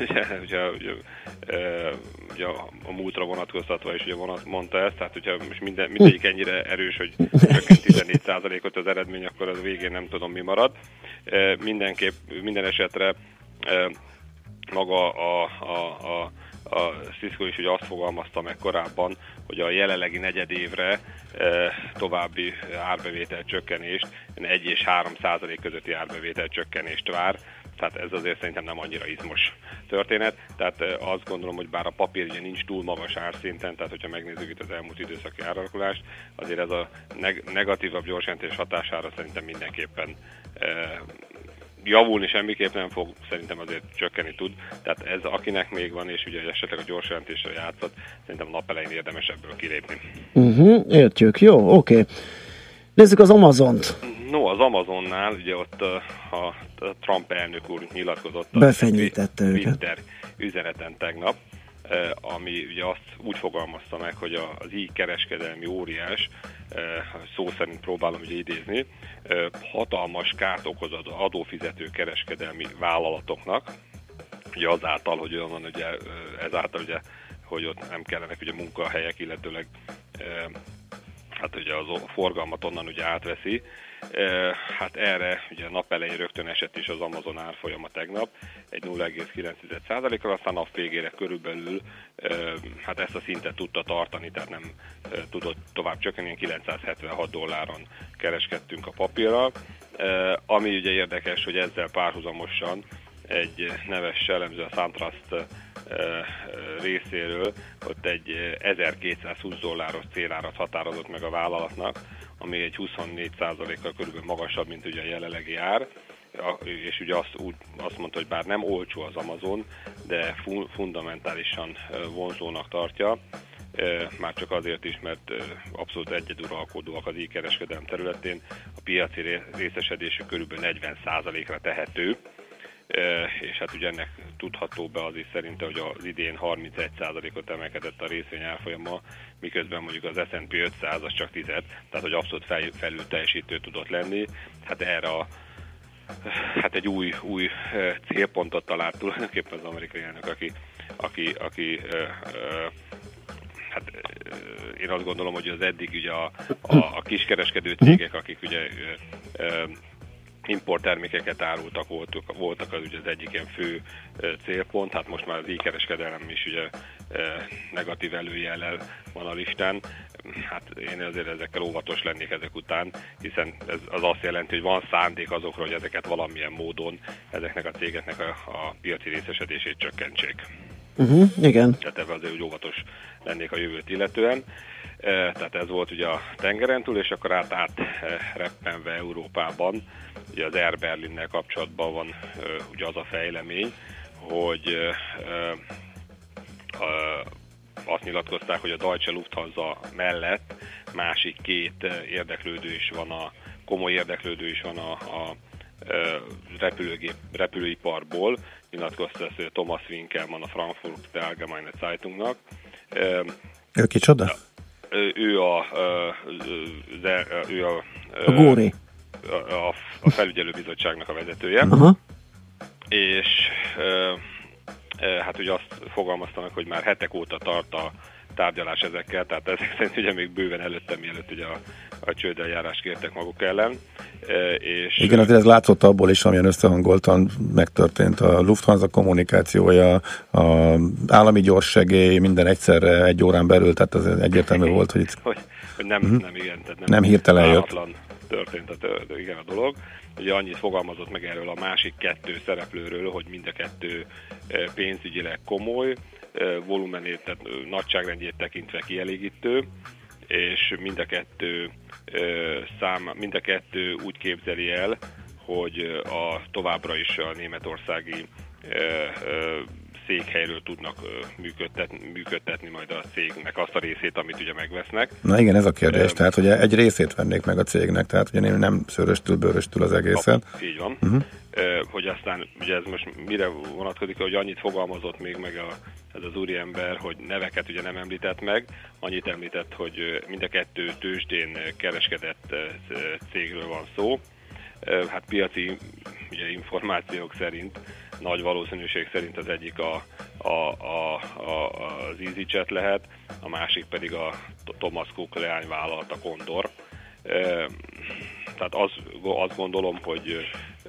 ugye a múltra vonatkoztatva is ugye mondta ezt, tehát hogyha most mindegyik ennyire erős, hogy csökkent 14%-ot az eredmény, akkor az végén nem tudom mi marad. Minden esetre maga a Cisco is ugye azt fogalmazta meg korábban, hogy a jelenlegi negyedévre további árbevétel csökkenést, 1 és 3% közötti árbevétel csökkenést vár. Tehát ez azért szerintem nem annyira izmos történet. Tehát azt gondolom, hogy bár a papír ugye nincs túl magas árszinten, tehát hogyha megnézzük itt az elmúlt időszaki áralakulást, azért ez a negatívabb gyorsjelentés hatására szerintem mindenképpen javulni semmiképp nem fog, szerintem azért csökkenni tud. Tehát ez akinek még van, és ugye esetleg a gyors jelentésre játszott, szerintem nap elején érdemes ebből kilépni. Értjük, jó, oké. Nézzük az Amazont. No, az Amazonnál ugye ott a Trump elnök úr nyilatkozott befenyítette a Twitter üzeneten tegnap, ami ugye azt úgy fogalmazta meg, hogy az kereskedelmi óriás, szó szerint próbálom ugye idézni, hatalmas kárt okoz az adófizető kereskedelmi vállalatoknak, ugye azáltal, hogy olyan van, ugye, ezáltal ugye, hogy ott nem kellenek ugye munkahelyek, illetőleg hát ugye a forgalmat onnan ugye átveszi. Hát erre ugye nap elején rögtön esett is az Amazon árfolyama tegnap, egy 0,9%-kal, aztán nap végére körülbelül hát ezt a szintet tudta tartani, tehát nem tudott tovább csökkenni, 976 dolláron kereskedtünk a papírral. Ami ugye érdekes, hogy ezzel párhuzamosan egy neves elemző, a SunTrust részéről ott egy 1220 dolláros célárat határozott meg a vállalatnak, ami egy 24%-kal körülbelül magasabb, mint ugye a jelenlegi ár, és ugye azt mondta, hogy bár nem olcsó az Amazon, de fundamentálisan vonzónak tartja, már csak azért is, mert abszolút egyeduralkodóak az e-kereskedelem területén, a piaci részesedésük körülbelül 40%-ra tehető, és hát ugye ennek tudható be az is szerinte, hogy az idén 31%-ot emelkedett a részvény árfolyama, miközben mondjuk az S&P 500 az csak 10, tehát hogy abszolút felül teljesítő tudott lenni. Hát erre hát egy új célpontot talált tulajdonképpen az amerikai elnök, aki hát én azt gondolom, hogy az eddig ugye a kiskereskedő cégek, akik ugye importtermékeket árultak, voltak az ugye az egyik ilyen fő célpont, hát most már az e-kereskedelem is ugye negatív előjellel van a listán. Hát én azért ezekkel óvatos lennék ezek után, hiszen ez az azt jelenti, hogy van szándék azokra, hogy ezeket valamilyen módon ezeknek a cégeknek a piaci részesedését csökkentsék. Igen. Tehát ebben azért úgy óvatos lennék a jövőt illetően. Tehát ez volt ugye a tengeren túl, és akkor átreppenve Európában, ugye az Air Berlinnel kapcsolatban van ugye az a fejlemény, hogy azt nyilatkozták, hogy a Deutsche Lufthansa mellett másik két komoly érdeklődő is van a repülőiparból. Nyilatkozta ezt Thomas Winkelmann a Frankfurter Allgemeine Zeitungnak. Ő kicsoda? Ő a Góri. A felügyelőbizottságnak a vezetője. És hát ugye azt fogalmaztanak, hogy már hetek óta tart a tárgyalás ezekkel, tehát ezek szerint ugye még bőven előtte, mielőtt ugye a csődeljárást kértek maguk ellen. És igen, azért ez látszott abból is, amilyen összehangoltan megtörtént a Lufthansa kommunikációja, az állami gyorssegély, minden egyszerre egy órán belül, tehát az egyértelmű volt, hogy itt nem hirtelen jött. Történt a dolog. Ugye annyit fogalmazott meg erről a másik kettő szereplőről, hogy mind a kettő pénzügyileg komoly, volumenét, tehát nagyságrendjét tekintve kielégítő, és mind a kettő úgy képzeli el, hogy továbbra is a németországi székhelyről tudnak működtetni majd a cégnek azt a részét, amit ugye megvesznek. Na igen, ez a kérdés, tehát hogy egy részét vennék meg a cégnek, tehát ugye nem szőröstül, bőröstül az egészet. Így van. Hogy aztán, ugye ez most mire vonatkozik, hogy annyit fogalmazott még meg ez az úriember, hogy neveket ugye nem említett meg, annyit említett, hogy mind a kettő tőzsdén kereskedett cégről van szó. Hát piaci ugye, információk szerint, nagy valószínűség szerint az egyik az EasyJet lehet, a másik pedig a Thomas Cook leányvállalat, a Condor. Tehát azt gondolom, hogy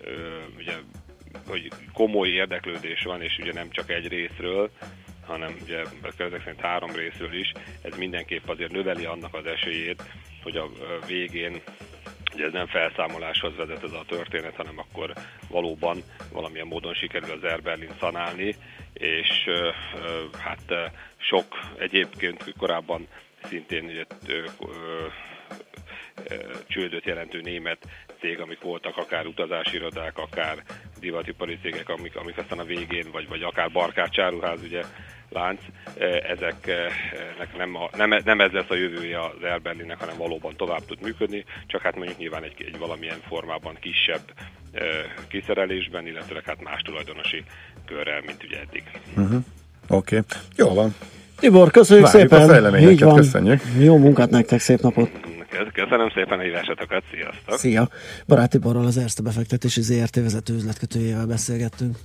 hogy komoly érdeklődés van, és ugye nem csak egy részről, hanem ugye ezek szerint 3 részről is, ez mindenképp azért növeli annak az esélyét, hogy a végén ugye ez nem felszámoláshoz vezet ez a történet, hanem akkor valóban valamilyen módon sikerül az Air Berlin szanálni, és hát sok egyébként korábban szintén ugye, csődöt jelentő német cég, amik voltak, akár utazásirodák, akár divatipari cégek, amik aztán a végén, vagy akár Barkács áruház, ugye lánc, ezeknek nem ez lesz a jövője az Air Berlinnek, hanem valóban tovább tud működni, csak hát mondjuk nyilván egy valamilyen formában kisebb kiszerelésben, illetve hát más tulajdonosi körrel, mint ugye eddig. Oké. Jó van. Tibor, köszönjük szépen! Így van. Köszönjük. Jó munkát nektek, szép napot! Köszönöm szépen a hívásatokat, sziasztok! Szia! Barát Tiborral, az Erste befektetési ZRT vezető üzletkötőjével beszélgettünk.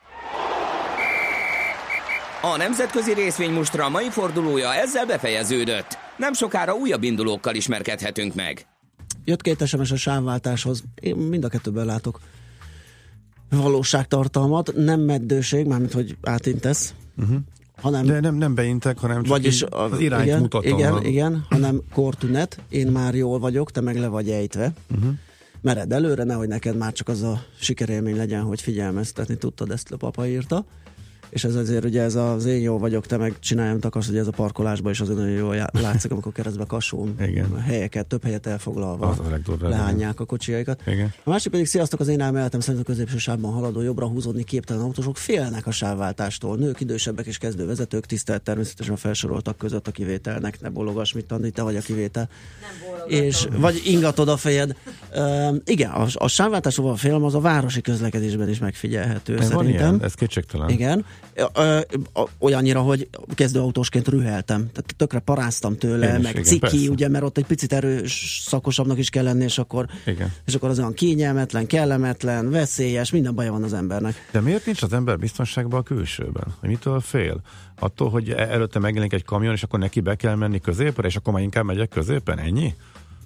A nemzetközi részvénymustra mai fordulója ezzel befejeződött. Nem sokára újabb indulókkal ismerkedhetünk meg. Jött 2 SMS a sávváltáshoz. Én mind a kettőben látok valóságtartalmat. Nem meddőség, mármint hogy átintesz. Hanem, de nem beintek, hanem csak vagyis az irányt mutatom. Igen, hanem kortünet. Én már jól vagyok, te meg le vagy ejtve. Mered előre, nehogy neked már csak az a sikerélmény legyen, hogy figyelmeztetni tudtad, ezt a papa írta. És ez azért ugye ez az én jó vagyok, te meg csináljam akarsz, hogy ez a parkolásban is azért nagyon jól látszik, amikor keresztbe kasul helyeket, több helyet elfoglalva lehányják a kocsiaikat. Igen. A másik pedig, sziasztok, az én elméletem szerint a középső sávban haladó jobbra húzódni képtelen autósok félnek a sávváltástól. Nők, idősebbek és kezdővezetők, tisztelt természetesen a felsoroltak között a kivételnek, ne bologass, mit Andi, te vagy a kivétel. És vagy ingatod a fejed. Igen, a sávváltásról félem, az a városi közlekedésben is megfigyelhető szerintem. Ez kétségtelen. Igen. Olyannyira, hogy kezdőautósként rüheltem. Tehát tökre paráztam tőle, meg ciki, persze. Ugye, mert ott egy picit erős szakosabbnak is kell lenni, és akkor az olyan kényelmetlen, kellemetlen, veszélyes, minden baja van az embernek. De miért nincs az ember biztonságban a külsőben? Hogy mitől fél? Attól, hogy előtte megjelenik egy kamion, és akkor neki be kell menni középre, és akkor már inkább megyek középen? Ennyi?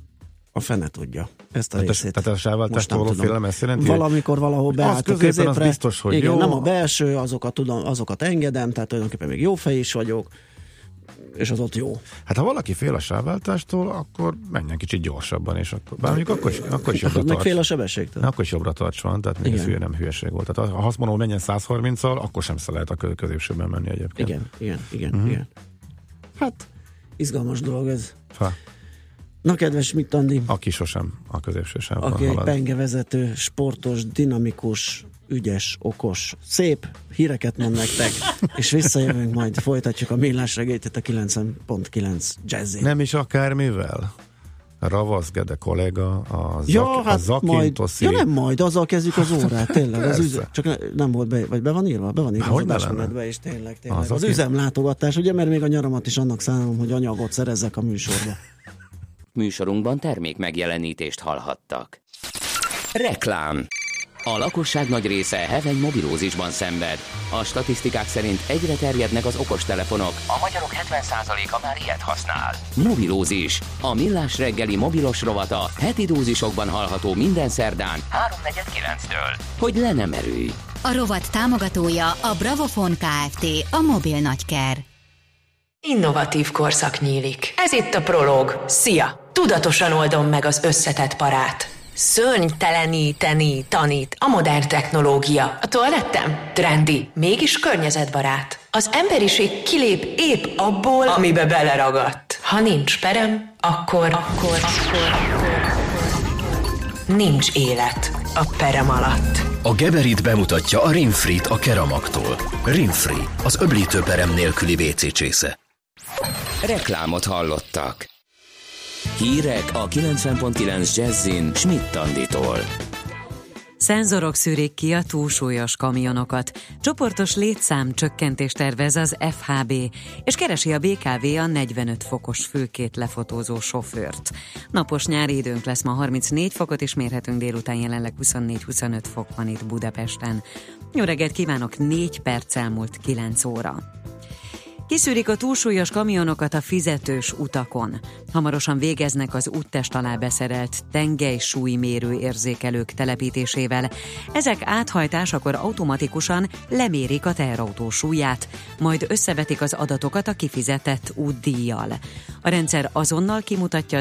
A fene tudja. Ezt a részét. Tehát a sávváltástól való félelem ezt jelenti? Valamikor valahol beállt a középre. Az biztos, hogy igen, jó. Nem a belső, azokat engedem, tehát tulajdonképpen még jó fej is vagyok, és az ott jó. Hát ha valaki fél a sávváltástól, akkor menjen kicsit gyorsabban, és akkor is jobbra meg fél a sebességtől. Akkor is jobbra tartson, tehát még ez hülye nem hülyeség volt. Tehát ha azt mondom, menjen 130-al, akkor sem lehet a középsőben menni egyébként. Igen. Hát, izgalmas dolog ez. Na, kedves Mittandi. Aki sosem a középső sávban aki halad. Egy pengevezető, sportos, dinamikus, ügyes, okos, szép híreket mond nektek, és visszajövünk, majd folytatjuk a Millás reggelyt a 90.9 Jazzin. Nem is akármivel? Ravasz Gede kollega, a Zakintoszi. Ja, nem majd, azzal kezdjük az órát, tényleg. Csak nem volt be, vagy be van írva? Be van írva az adásmenetbe is, tényleg. Az üzemlátogatás, ugye, mert még a nyaramat is annak szánom, hogy anyagot szerezzek a műsorba. Műsorunkban termék megjelenítést hallhattak. Reklám. A lakosság nagy része heveny mobilózisban szenved. A statisztikák szerint egyre terjednek az okostelefonok. A magyarok 70%-a már ilyet használ. Mobilózis. A Millás reggeli mobilos rovata heti dózisokban hallható minden szerdán 3:49-től. Hogy le nem erőj. A rovat támogatója a Bravofon Kft. A mobil nagyker. Innovatív korszak nyílik. Ez itt a Prológ. Szia! Tudatosan oldom meg az összetett parát. Szörnyteleníteni tanít a modern technológia. A toalettem trendi, mégis környezetbarát. Az emberiség kilép épp abból, amibe beleragadt. Ha nincs perem, akkor nincs élet a perem alatt. A Geberit bemutatja a Rinfrit a Keramaktól. Rinfri, az öblítőperem nélküli WC csésze. Reklámot hallottak. Hírek a 90.9 Jazzin Schmidt-Tanditól. Szenzorok szűrik ki a túlsúlyos kamionokat. Csoportos létszám-csökkentést tervez az FHB, és keresi a BKV a 45 fokos fülkét lefotózó sofőrt. Napos nyári időnk lesz, ma 34 fokot is mérhetünk, délután jelenleg 24-25 fok van itt Budapesten. Jó reggelt kívánok, 4 perc elmúlt 9 óra. Kiszűrik a túlsúlyos kamionokat a fizetős utakon. Hamarosan végeznek az úttest alá beszerelt tengelysúlymérő érzékelők telepítésével. Ezek áthajtásakor automatikusan lemérik a teherautó súlyát, majd összevetik az adatokat a kifizetett útdíjjal. A rendszer azonnal kimutatja